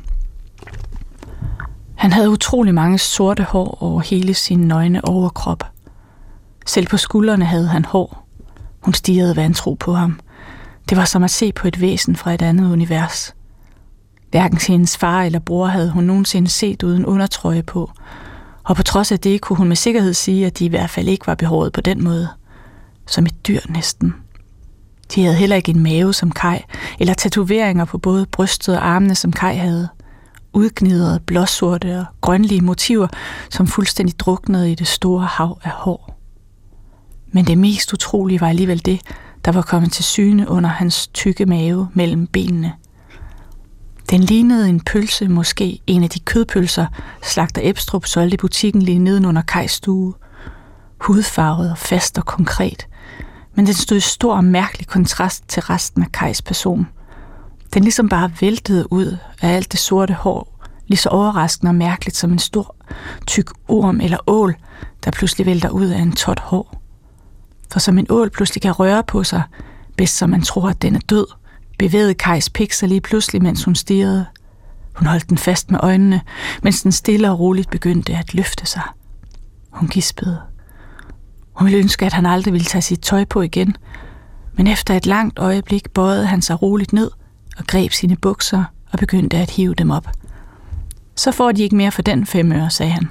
Speaker 3: Han havde utrolig mange sorte hår over hele sin nøgne overkrop. Selv på skuldrene havde han hår. Hun stirrede vantro på ham. Det var som at se på et væsen fra et andet univers. Hverken hendes far eller bror havde hun nogensinde set uden undertrøje på, og på trods af det kunne hun med sikkerhed sige, at de i hvert fald ikke var behåret på den måde. Som et dyr næsten. De havde heller ikke en mave som Kai, eller tatoveringer på både brystet og armene som Kai havde. Udgnidrede, blåsorte og grønlige motiver, som fuldstændig druknede i det store hav af hår. Men det mest utrolige var alligevel det, der var kommet til syne under hans tykke mave mellem benene. Den lignede en pølse, måske en af de kødpølser, slagter Ebstrup solgte i butikken lige nedenunder Kajs stue. Hudfarvet og fast og konkret, men den stod i stor og mærkelig kontrast til resten af Kajs person. Den ligesom bare væltede ud af alt det sorte hår, lige så overraskende og mærkeligt som en stor, tyk orm eller ål, der pludselig vælter ud af en tot hår. For som en ål pludselig kan røre på sig, bedst som man tror, at den er død, bevægede Kajs pik sig lige pludselig, mens hun stirrede. Hun holdt den fast med øjnene, mens den stille og roligt begyndte at løfte sig. Hun gispede. Hun ville ønske, at han aldrig ville tage sit tøj på igen, men efter et langt øjeblik bøjede han sig roligt ned og greb sine bukser og begyndte at hive dem op. Så får de ikke mere for den 5 øre, sagde han.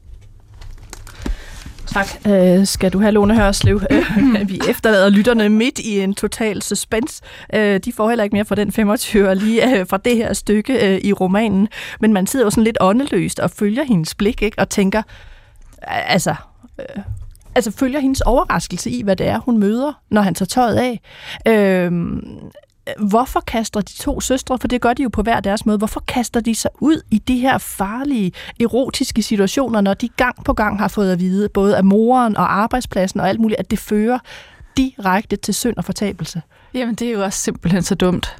Speaker 2: Tak. Skal du have, Lone Hørslev? Vi efterlader lytterne midt i en total suspense. De får heller ikke mere for den 25 lige fra det her stykke i romanen. Men man sidder jo sådan lidt åndeløst og følger hendes blik, ikke? Og tænker, altså følger hendes overraskelse i, hvad det er, hun møder, når han tager tøjet af. Hvorfor kaster de 2 søstre, for det gør de jo på hver deres måde, hvorfor kaster de sig ud i de her farlige, erotiske situationer, når de gang på gang har fået at vide, både af moren og arbejdspladsen og alt muligt, at det fører direkte til synd og fortabelse?
Speaker 3: Jamen, det er jo også simpelthen så dumt.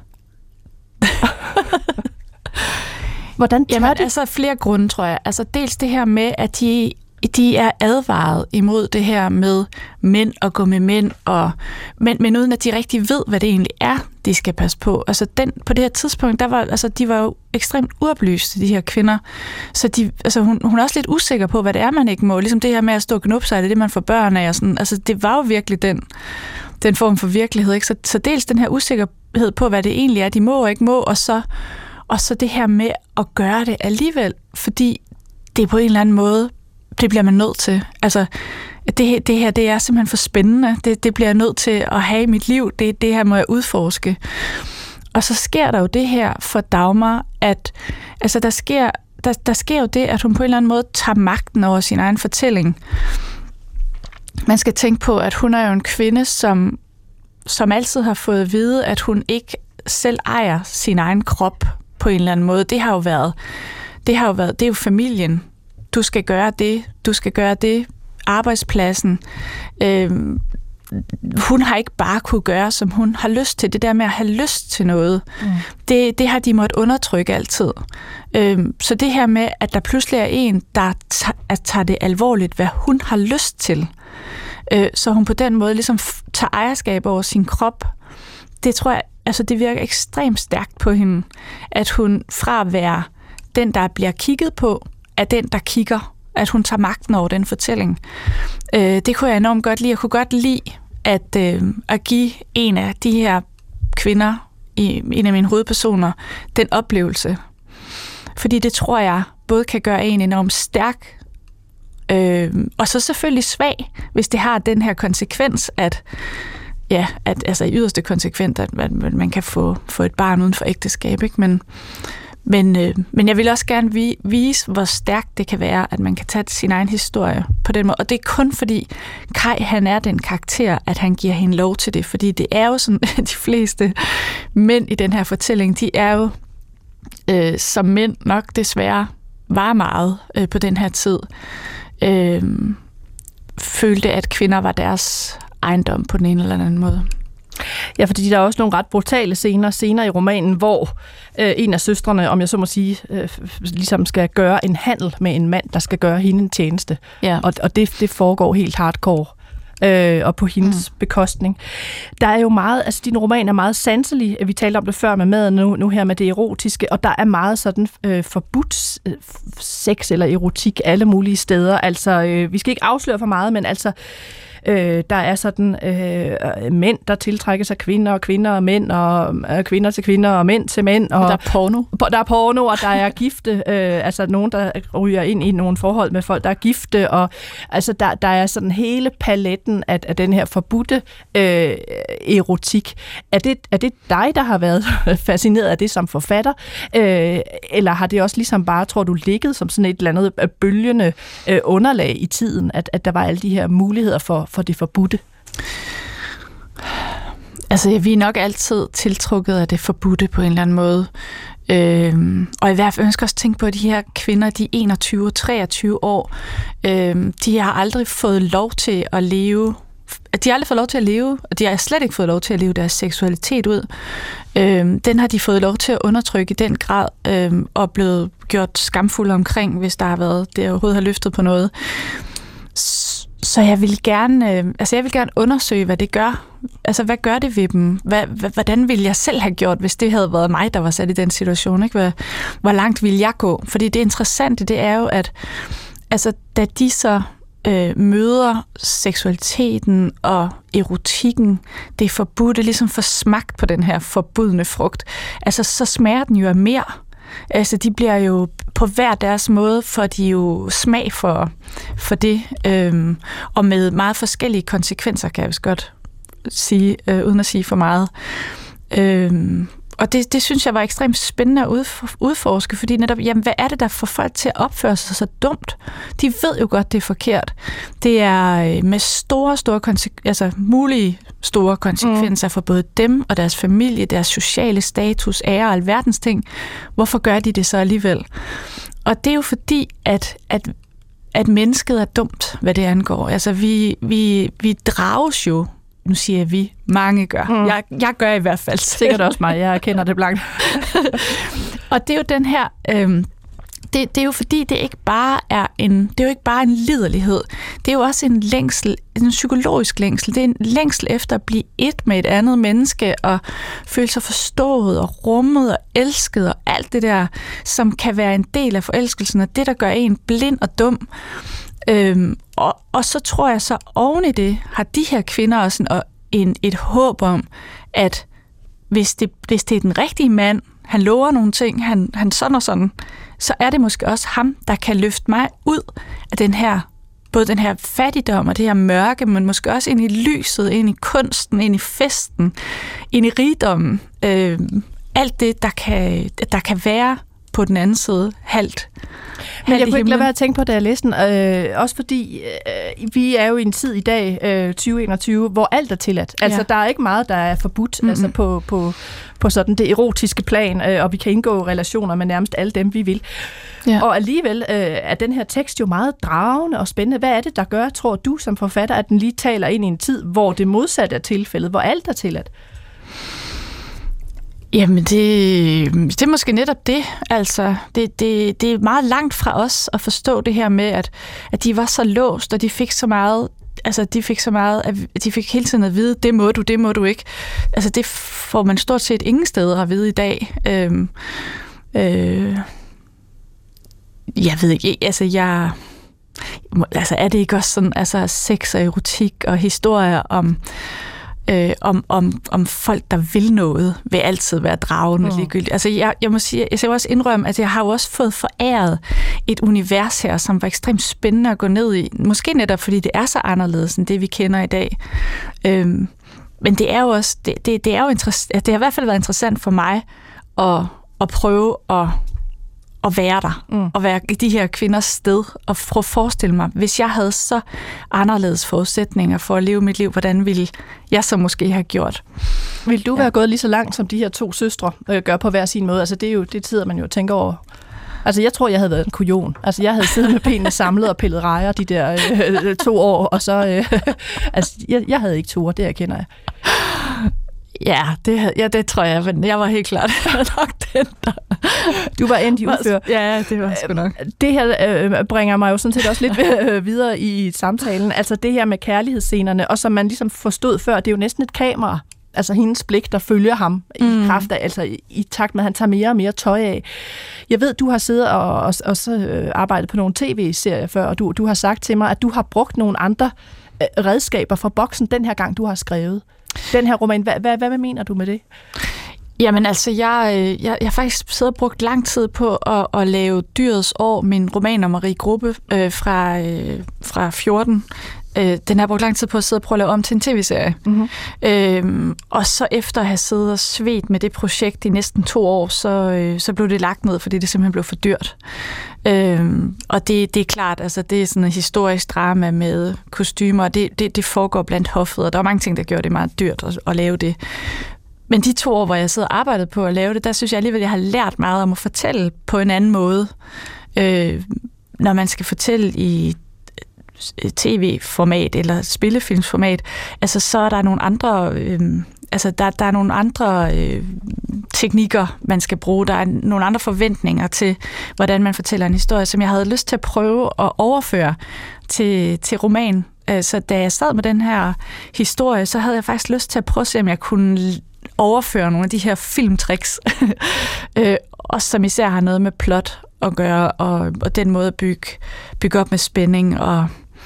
Speaker 2: Hvordan tør de?
Speaker 3: Altså flere grunde, tror jeg. Altså dels det her med, at de er advaret imod det her med mænd og gå med mænd, men uden at de rigtig ved, hvad det egentlig er, de skal passe på. Altså på det her tidspunkt, de var jo ekstremt uoplyste, de her kvinder. Så hun er også lidt usikker på, hvad det er, man ikke må. Ligesom det her med at stå og knuppe sig, det man får børn af. Og sådan. Altså det var jo virkelig den form for virkelighed. Ikke? Så dels den her usikkerhed på, hvad det egentlig er, de må og ikke må, og så det her med at gøre det alligevel, fordi det er på en eller anden måde, det bliver man nødt til. Altså, det her, det er simpelthen for spændende. Det bliver jeg nødt til at have i mit liv. Det her må jeg udforske. Og så sker der jo det her for Dagmar, at altså, der sker jo det, at hun på en eller anden måde tager magten over sin egen fortælling. Man skal tænke på, at hun er jo en kvinde, som altid har fået at vide, at hun ikke selv ejer sin egen krop på en eller anden måde. Det er jo familien. Du skal gøre det, arbejdspladsen. Hun har ikke bare kunne gøre, som hun har lyst til. Det der med at have lyst til noget, det har de måttet undertrykke altid. Så det her med, at der pludselig er en, der tager det alvorligt, hvad hun har lyst til, så hun på den måde ligesom tager ejerskab over sin krop, det tror jeg, altså det virker ekstremt stærkt på hende, at hun fra at være den, der bliver kigget på, er den, der kigger, at hun tager magten over den fortælling. Det kunne jeg enormt godt lide. Jeg kunne godt lide at give en af de her kvinder, en af mine hovedpersoner, den oplevelse. Fordi det tror jeg både kan gøre en enormt stærk, og så selvfølgelig svag, hvis det har den her konsekvens, at altså i yderste konsekvens, at man kan få et barn uden for ægteskab, ikke? Men jeg vil også gerne vise, hvor stærkt det kan være, at man kan tage sin egen historie på den måde. Og det er kun fordi Kai, han er den karakter, at han giver hende lov til det. Fordi det er jo sådan, de fleste mænd i den her fortælling, de er jo som mænd nok desværre var meget på den her tid. Følte, at kvinder var deres ejendom på den ene eller anden måde.
Speaker 2: Ja, fordi der er også nogle ret brutale scener i romanen, hvor en af søstrene, om jeg så må sige, ligesom skal gøre en handel med en mand, der skal gøre hende en tjeneste. Ja. Og det foregår helt hardcore. Og på hendes bekostning. Der er jo meget, altså din roman er meget sanselig, vi talte om det før med maden, nu her med det erotiske, og der er meget sådan forbudt sex eller erotik alle mulige steder. Altså, vi skal ikke afsløre for meget, men altså, der er sådan mænd, der tiltrækker sig kvinder, og kvinder og mænd, og kvinder til kvinder, og mænd til mænd. Og
Speaker 3: der er porno.
Speaker 2: Der er porno, og der er gifte. Altså nogen, der ryger ind i nogle forhold med folk, der er gifte. Og altså der er sådan hele paletten af den her forbudte erotik. Er det dig, der har været fascineret af det som forfatter? Eller har det også ligesom bare, tror du, ligget som sådan et eller andet bølgende underlag i tiden, at der var alle de her muligheder for det forbudte?
Speaker 3: Altså, vi er nok altid tiltrukket af det forbudte på en eller anden måde. Og i hvert fald, jeg skal også tænke på, at de her kvinder, de 21-23 år, de har aldrig fået lov til at leve. De har aldrig fået lov til at leve, og de har slet ikke fået lov til at leve deres seksualitet ud. Den har de fået lov til at undertrykke i den grad, og blevet gjort skamfulde omkring, hvis der har været det overhovedet har løftet på noget. Så jeg vil gerne undersøge, hvad det gør. Altså, hvad gør det ved dem? Hvordan ville jeg selv have gjort, hvis det havde været mig, der var sat i den situation? Ikke? Hvor langt ville jeg gå? Fordi det interessante, det er jo, at altså, da de så møder seksualiteten og erotikken, det er forbudte, ligesom får smagt på den her forbudne frugt, altså, så smager den jo af mere. Altså, de bliver jo på hver deres måde, får de jo smag for det, og med meget forskellige konsekvenser, kan jeg vist godt sige, uden at sige for meget. Og det synes jeg var ekstremt spændende at udforske, fordi netop, jamen, hvad er det, der får folk til at opføre sig så dumt? De ved jo godt, det er forkert. Det er med store mulige store konsekvenser for både dem og deres familie, deres sociale status, ære og alverdens ting. Hvorfor gør de det så alligevel? Og det er jo fordi, at mennesket er dumt, hvad det angår. Altså, vi drages jo. Nu siger jeg vi. Mange gør. Jeg gør i hvert fald.
Speaker 2: Sikkert også mig. Jeg kender det blankt.
Speaker 3: Og det er jo den her... Det er jo fordi, det ikke bare er en liderlighed. Det er jo også en længsel, en psykologisk længsel. Det er en længsel efter at blive et med et andet menneske, og føle sig forstået, og rummet, og elsket, og alt det der, som kan være en del af forelskelsen, og det, der gør en blind og dum. Og så tror jeg så oven i det, har de her kvinder også et håb om, at hvis det er den rigtige mand, han lover nogle ting, han sådan og sådan, så er det måske også ham, der kan løfte mig ud af den her, både den her fattigdom og det her mørke, men måske også ind i lyset, ind i kunsten, ind i festen, ind i rigdommen. Alt det, der kan være på den anden side halvt.
Speaker 2: Men jeg kunne ikke lade være at tænke på, da jeg læste den, også fordi vi er jo i en tid i dag, 2021, hvor alt er tilladt. Altså, der er ikke meget, der er forbudt altså på sådan det erotiske plan, og vi kan indgå relationer med nærmest alle dem, vi vil. Ja. Og alligevel er den her tekst jo meget dragende og spændende. Hvad er det, der gør, tror du som forfatter, at den lige taler ind i en tid, hvor det modsatte er tilfældet, hvor alt er tilladt?
Speaker 3: Jamen, det er måske netop det. Altså, det er meget langt fra os at forstå det her med, at de var så låst, og de fik så meget, at de fik hele tiden at vide, det må du ikke. Altså, det får man stort set ingen steder at vide i dag. Jeg ved ikke, er det ikke også sådan, altså sex og erotik og historier om folk, der vil noget, vil altid være dragende ligegyldigt. Altså, jeg må sige, jeg skal også indrømme, at jeg har jo også fået foræret et univers her, som var ekstremt spændende at gå ned i. Måske netop, fordi det er så anderledes end det, vi kender i dag. Men det er jo også, det er jo interessant, det har i hvert fald været interessant for mig at prøve at være der, og være i de her kvinders sted, og prøve at forestille mig, hvis jeg havde så anderledes forudsætninger for at leve mit liv, hvordan ville jeg så måske have gjort?
Speaker 2: Vil du være gået lige så langt, som de her to søstre gør på hver sin måde? Altså, det er jo det tid, man jo tænker over. Altså, jeg tror, jeg havde været en kujon. Altså, jeg havde siddet med benene samlet og pillet rejer de der 2 år, og så... altså, jeg havde ikke tur, det erkender jeg.
Speaker 3: det tror jeg, men jeg var helt klart nok den, der...
Speaker 2: Du var endt i udfør.
Speaker 3: Ja, det var sgu nok.
Speaker 2: Det her bringer mig jo sådan set også lidt videre i samtalen. Altså det her med kærlighedsscenerne, og som man ligesom forstod før, det er jo næsten et kamera. Altså hendes blik, der følger ham i kraft af, altså i takt med, at han tager mere og mere tøj af. Jeg ved, du har siddet og arbejdet på nogle tv-serier før, og du har sagt til mig, at du har brugt nogle andre redskaber fra boksen den her gang, du har skrevet. Den her roman, hvad mener du med det?
Speaker 3: Jamen altså, jeg har faktisk siddet og brugt lang tid på at lave Dyrets År, min roman om Marie Grubbe fra 14. Den har brugt lang tid på at sidde og prøve at lave om til en tv-serie. Mm-hmm. Og så efter at have siddet og svedt med det projekt i næsten 2 år, så blev det lagt ned, fordi det simpelthen blev for dyrt. Og det er klart, altså det er sådan et historisk drama med kostymer, og det foregår blandt hoffet, og der er mange ting, der gør det meget dyrt at lave det. Men de 2 år, hvor jeg sidder og arbejdet på at lave det, der synes jeg alligevel, at jeg har lært meget om at fortælle på en anden måde. Når man skal fortælle i tv-format eller spillefilmsformat, altså så er der nogle andre... der er nogle andre teknikker, man skal bruge. Der er nogle andre forventninger til, hvordan man fortæller en historie, som jeg havde lyst til at prøve at overføre til roman. Så da jeg sad med den her historie, så havde jeg faktisk lyst til at prøve at se, om jeg kunne overføre nogle af de her filmtricks, også som især har noget med plot at gøre, og den måde at bygge op med spænding. Og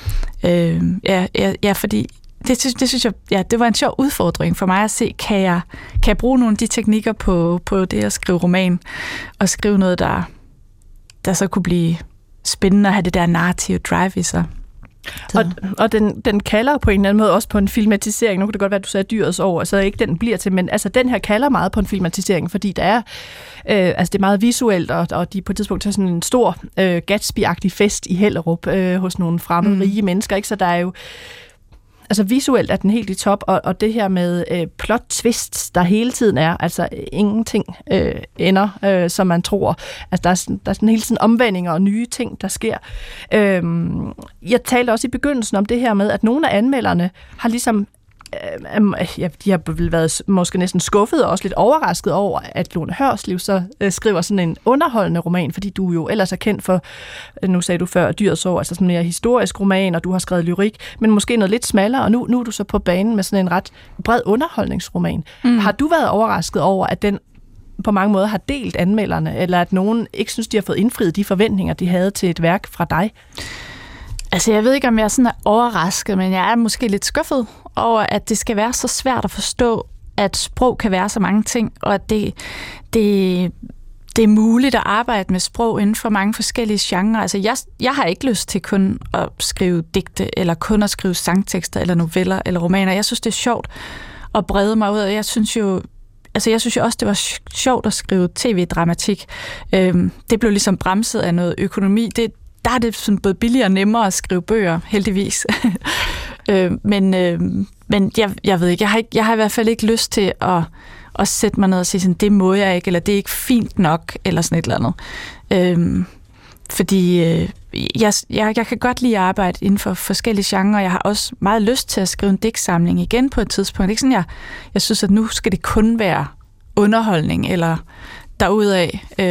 Speaker 3: fordi det synes jeg, det var en sjov udfordring for mig at se, kan jeg bruge nogle af de teknikker på det at skrive roman, og skrive noget, der så kunne blive spændende at have det der narrative drive i sig.
Speaker 2: Og den kalder på en eller anden måde også på en filmatisering. Nu kan det godt være, at du sagde Dyrets År, så ikke den bliver til, men altså den her kalder meget på en filmatisering, fordi der er, det er meget visuelt, og de på et tidspunkt har sådan en stor Gatsby-agtig fest i Hellerup hos nogle fremmede rige mennesker, ikke? Så der er jo altså visuelt er den helt i top, og det her med plot twists, der hele tiden er, altså ingenting ender, som man tror. Altså der er sådan hele tiden omvendinger og nye ting, der sker. Jeg talte også i begyndelsen om det her med, at nogle af anmelderne har ligesom de har været måske næsten skuffet og også lidt overrasket over, at Lone Hørslev så skriver sådan en underholdende roman, fordi du jo ellers er kendt for, nu sagde du før, Dyrets År, altså sådan en mere historisk roman, og du har skrevet lyrik, men måske noget lidt smallere, og nu er du så på banen med sådan en ret bred underholdningsroman. Har du været overrasket over, at den på mange måder har delt anmelderne, eller at nogen ikke synes, de har fået indfriet de forventninger, de havde til et værk fra dig?
Speaker 3: Altså, jeg ved ikke, om jeg sådan er overrasket, men jeg er måske lidt skuffet over, at det skal være så svært at forstå, at sprog kan være så mange ting, og at det er muligt at arbejde med sprog inden for mange forskellige genrer. Altså, jeg har ikke lyst til kun at skrive digte, eller kun at skrive sangtekster, eller noveller, eller romaner. Jeg synes, det er sjovt at brede mig ud, og jeg synes jo også, det var sjovt at skrive tv-dramatik. Det blev ligesom bremset af noget økonomi. Der er det sådan både billigere og nemmere at skrive bøger, heldigvis. Men jeg ved ikke, jeg har i hvert fald ikke lyst til at sætte mig ned og sige sådan, det må jeg ikke, eller det er ikke fint nok, eller sådan et eller andet. Fordi jeg kan godt lide at arbejde inden for forskellige genrer. Jeg har også meget lyst til at skrive en digtsamling igen på et tidspunkt. Det er ikke sådan, jeg synes, at nu skal det kun være underholdning, eller derudad.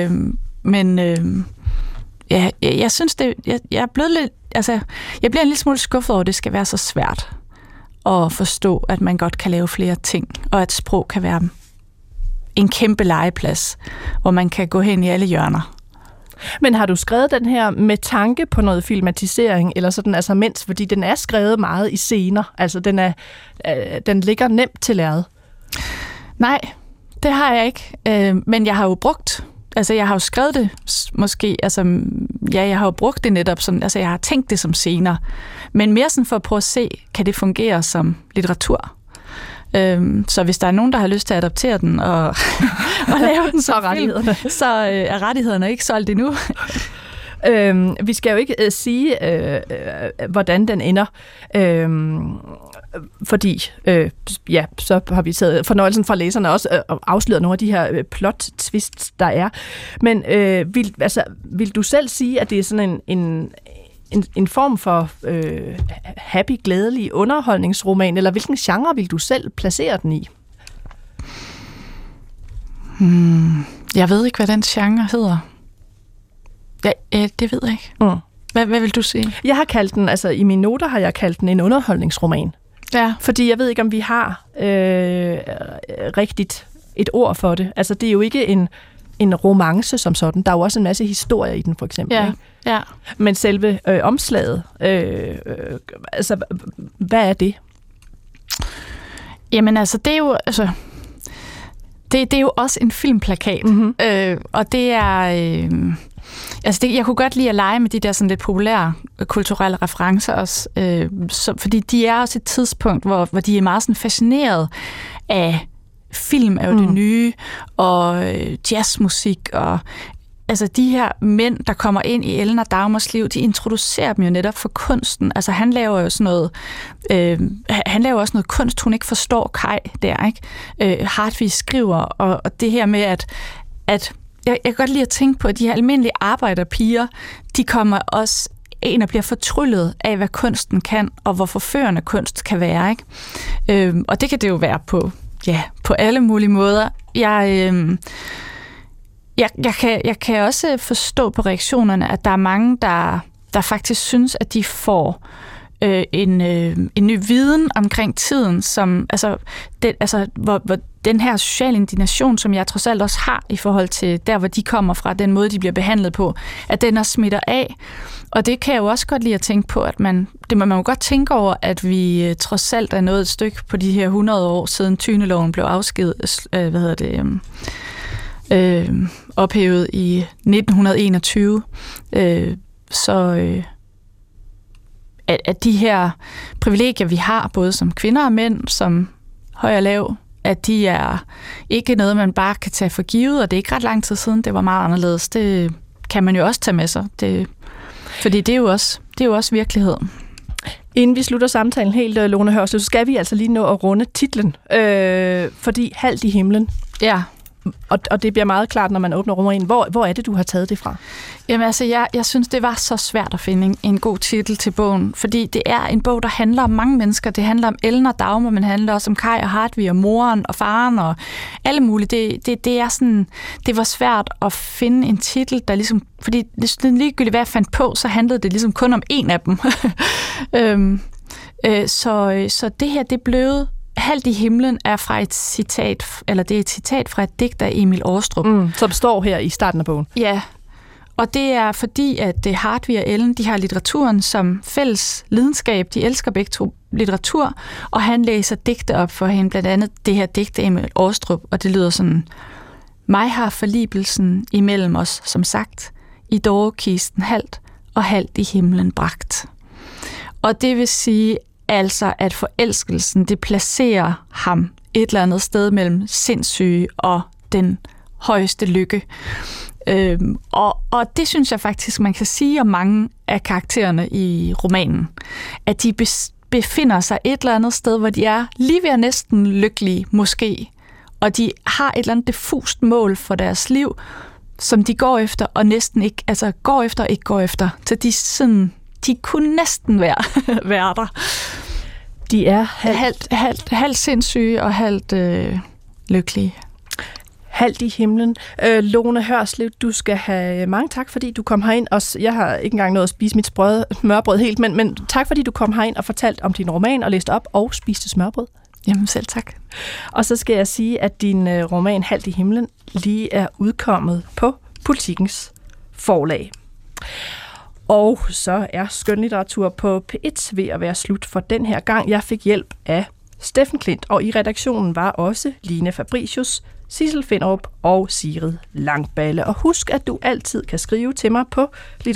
Speaker 3: Ja, jeg synes jeg er blevet lidt, altså jeg bliver en lille smule skuffet over, at det skal være så svært at forstå, at man godt kan lave flere ting, og at sprog kan være en kæmpe legeplads, hvor man kan gå hen i alle hjørner.
Speaker 2: Men har du skrevet den her med tanke på noget filmatisering, eller sådan, altså mens, fordi den er skrevet meget i scener, altså den ligger nemt til lærred? Nej, det har jeg ikke, men jeg har jo brugt. Altså, jeg har jo skrevet det måske, altså, ja, jeg har jo brugt det netop sådan, altså, jeg har tænkt det som scener, men mere sådan for at prøve at se, kan det fungere som litteratur? Så hvis der er nogen, der har lyst til at adoptere den og lave den som film, så er rettighederne ikke solgt endnu. Vi skal jo ikke sige, hvordan den ender, fordi så har vi taget fornøjelsen fra læserne også og afsløret nogle af de her plot twists, der er. Men vil du selv sige, at det er sådan en form for happy, glædelig underholdningsroman, eller hvilken genre vil du selv placere den i?
Speaker 3: Jeg ved ikke, hvad den genre hedder. Det ved jeg ikke. Hvad vil du sige?
Speaker 2: Jeg har kaldt den, altså i mine noter har jeg kaldt den en underholdningsroman.
Speaker 3: Ja.
Speaker 2: Fordi jeg ved ikke, om vi har rigtigt et ord for det. Altså det er jo ikke en romance som sådan. Der er jo også en masse historier i den, for eksempel.
Speaker 3: Ja.
Speaker 2: Ikke?
Speaker 3: Ja.
Speaker 2: Men selve omslaget, altså hvad er det?
Speaker 3: Jamen altså, det er jo... Altså det er jo også en filmplakat, og det er... jeg kunne godt lide at lege med de der sådan lidt populære kulturelle referencer også, fordi de er også et tidspunkt, hvor de er meget sådan fascineret af film er jo det nye, og jazzmusik, og altså de her mænd, der kommer ind i Ellen og Dagmars liv, de introducerer dem jo netop for kunsten. Altså han laver jo sådan noget, han laver også noget kunst, hun ikke forstår, Kaj der, ikke? Hartvig skriver, og det her med, at jeg kan godt lide at tænke på, at de her almindelige arbejderpiger, de kommer også ind og bliver fortryllet af, hvad kunsten kan, og hvor forførende kunst kan være, ikke? Og det kan det jo være på alle mulige måder. Jeg kan også forstå på reaktionerne, at der er mange, der faktisk synes, at de får en ny viden omkring tiden, som hvor den her sociale indignation, som jeg trods alt også har i forhold til der, hvor de kommer fra, den måde, de bliver behandlet på, at den også smitter af. Og det kan jeg jo også godt lide at tænke på, at man jo godt tænke over, at vi trods alt er nået et stykke på de her 100 år siden Thyneloven blev ophævet i 1921. At de her privilegier, vi har, både som kvinder og mænd, som høj og lav, at de er ikke noget, man bare kan tage for givet, og det er ikke ret lang tid siden, det var meget anderledes. Det kan man jo også tage med sig. Fordi det er jo også virkelighed.
Speaker 2: Inden vi slutter samtalen helt, Lone Hørslev, så skal vi altså lige nå at runde titlen. Fordi Halvt i himlen.
Speaker 3: Ja.
Speaker 2: Og det bliver meget klart, når man åbner romanen. Hvor er det, du har taget det fra?
Speaker 3: Jamen altså, jeg synes, det var så svært at finde en god titel til bogen, fordi det er en bog, der handler om mange mennesker. Det handler om Ellen og Dagmar, men handler også om Kaj og Hartvig og moren og faren og alle mulige. Det er sådan, det var svært at finde en titel, der ligesom, fordi det ligegyldigt, hvad jeg fandt på, så handlede det ligesom kun om en af dem. Så det her, det blev Halvt i himlen er fra et citat, eller det er et citat fra et digt af Emil Aarestrup.
Speaker 2: Som står her i starten af bogen.
Speaker 3: Ja, og det er fordi, at Hartvig og Ellen, de har litteraturen som fælles lidenskab. De elsker begge to litteratur, og han læser digte op for hende, blandt andet det her digt af Emil Aarestrup, og det lyder sådan: mig har forlibelsen imellem os, som sagt, i dårekisten halvt og halvt i himlen bragt. Og det vil sige, altså at forelskelsen, det placerer ham et eller andet sted mellem sindssyge og den højeste lykke. Og det synes jeg faktisk, man kan sige om mange af karaktererne i romanen. At de befinder sig et eller andet sted, hvor de er lige ved at næsten lykkelige, måske. Og de har et eller andet diffust mål for deres liv, som de går efter, og næsten ikke, altså går efter og ikke går efter. Så de kunne næsten være der.
Speaker 2: De er
Speaker 3: halvt sindssyge og halvt lykkelige.
Speaker 2: Halvt i himlen. Lone Hørslev, du skal have mange tak, fordi du kom herind. Jeg har ikke engang nået at spise mit smørbrød helt, men tak, fordi du kom herind og fortalte om din roman og læste op og spiste smørbrød.
Speaker 3: Jamen selv tak.
Speaker 2: Og så skal jeg sige, at din roman Halvt i himlen lige er udkommet på Politikens forlag. Og så er skønlitteratur på P1 ved at være slut for den her gang. Jeg fik hjælp af Steffen Klint, og i redaktionen var også Line Fabricius, Sissel Finderup og Sigrid Langballe. Og husk, at du altid kan skrive til mig på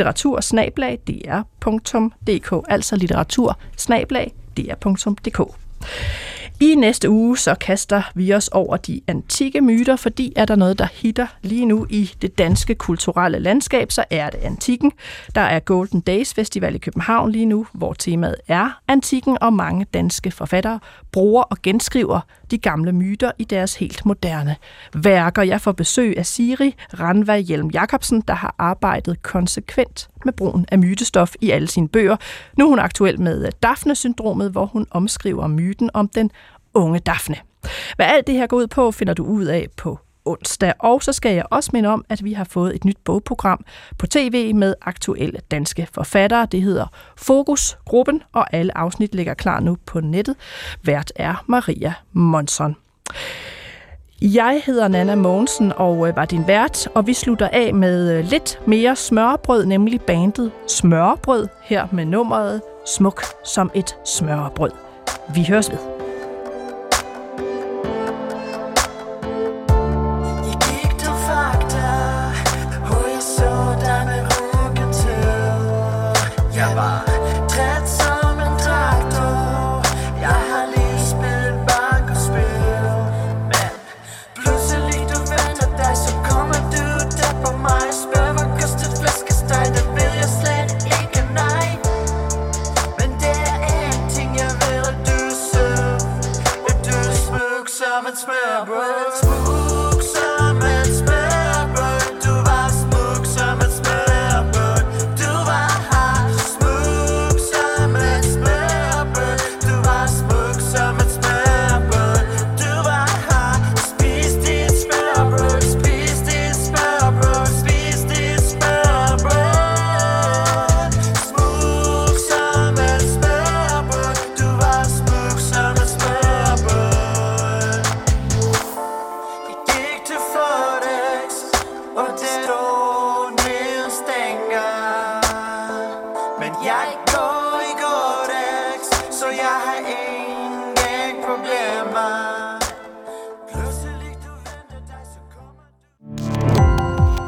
Speaker 2: litteratur@dr.dk, altså litteratur@dr.dk. I næste uge så kaster vi os over de antikke myter, fordi er der noget, der hitter lige nu i det danske kulturelle landskab, så er det antikken. Der er Golden Days Festival i København lige nu, hvor temaet er antikken, og mange danske forfattere bruger og genskriver de gamle myter i deres helt moderne værker. Jeg får besøg af Siri Ranva Hjelm Jacobsen, der har arbejdet konsekvent med brugen af mytestof i alle sine bøger. Nu er hun aktuel med Daphne-syndromet, hvor hun omskriver myten om den unge Daphne. Hvad alt det her går ud på, finder du ud af på onsdag. Og så skal jeg også minde om, at vi har fået et nyt bogprogram på tv med aktuelle danske forfattere. Det hedder Fokusgruppen, og alle afsnit ligger klar nu på nettet. Vært er Maria Monson. Jeg hedder Nanna Mogensen og var din vært, og vi slutter af med lidt mere smørrebrød, nemlig bandet Smørrebrød, her med nummeret Smuk som et smørrebrød. Vi høres ved.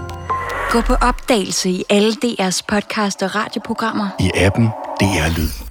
Speaker 8: Gå på opdagelse i alle DR's podcast og radioprogrammer.
Speaker 9: I appen DR Lyd.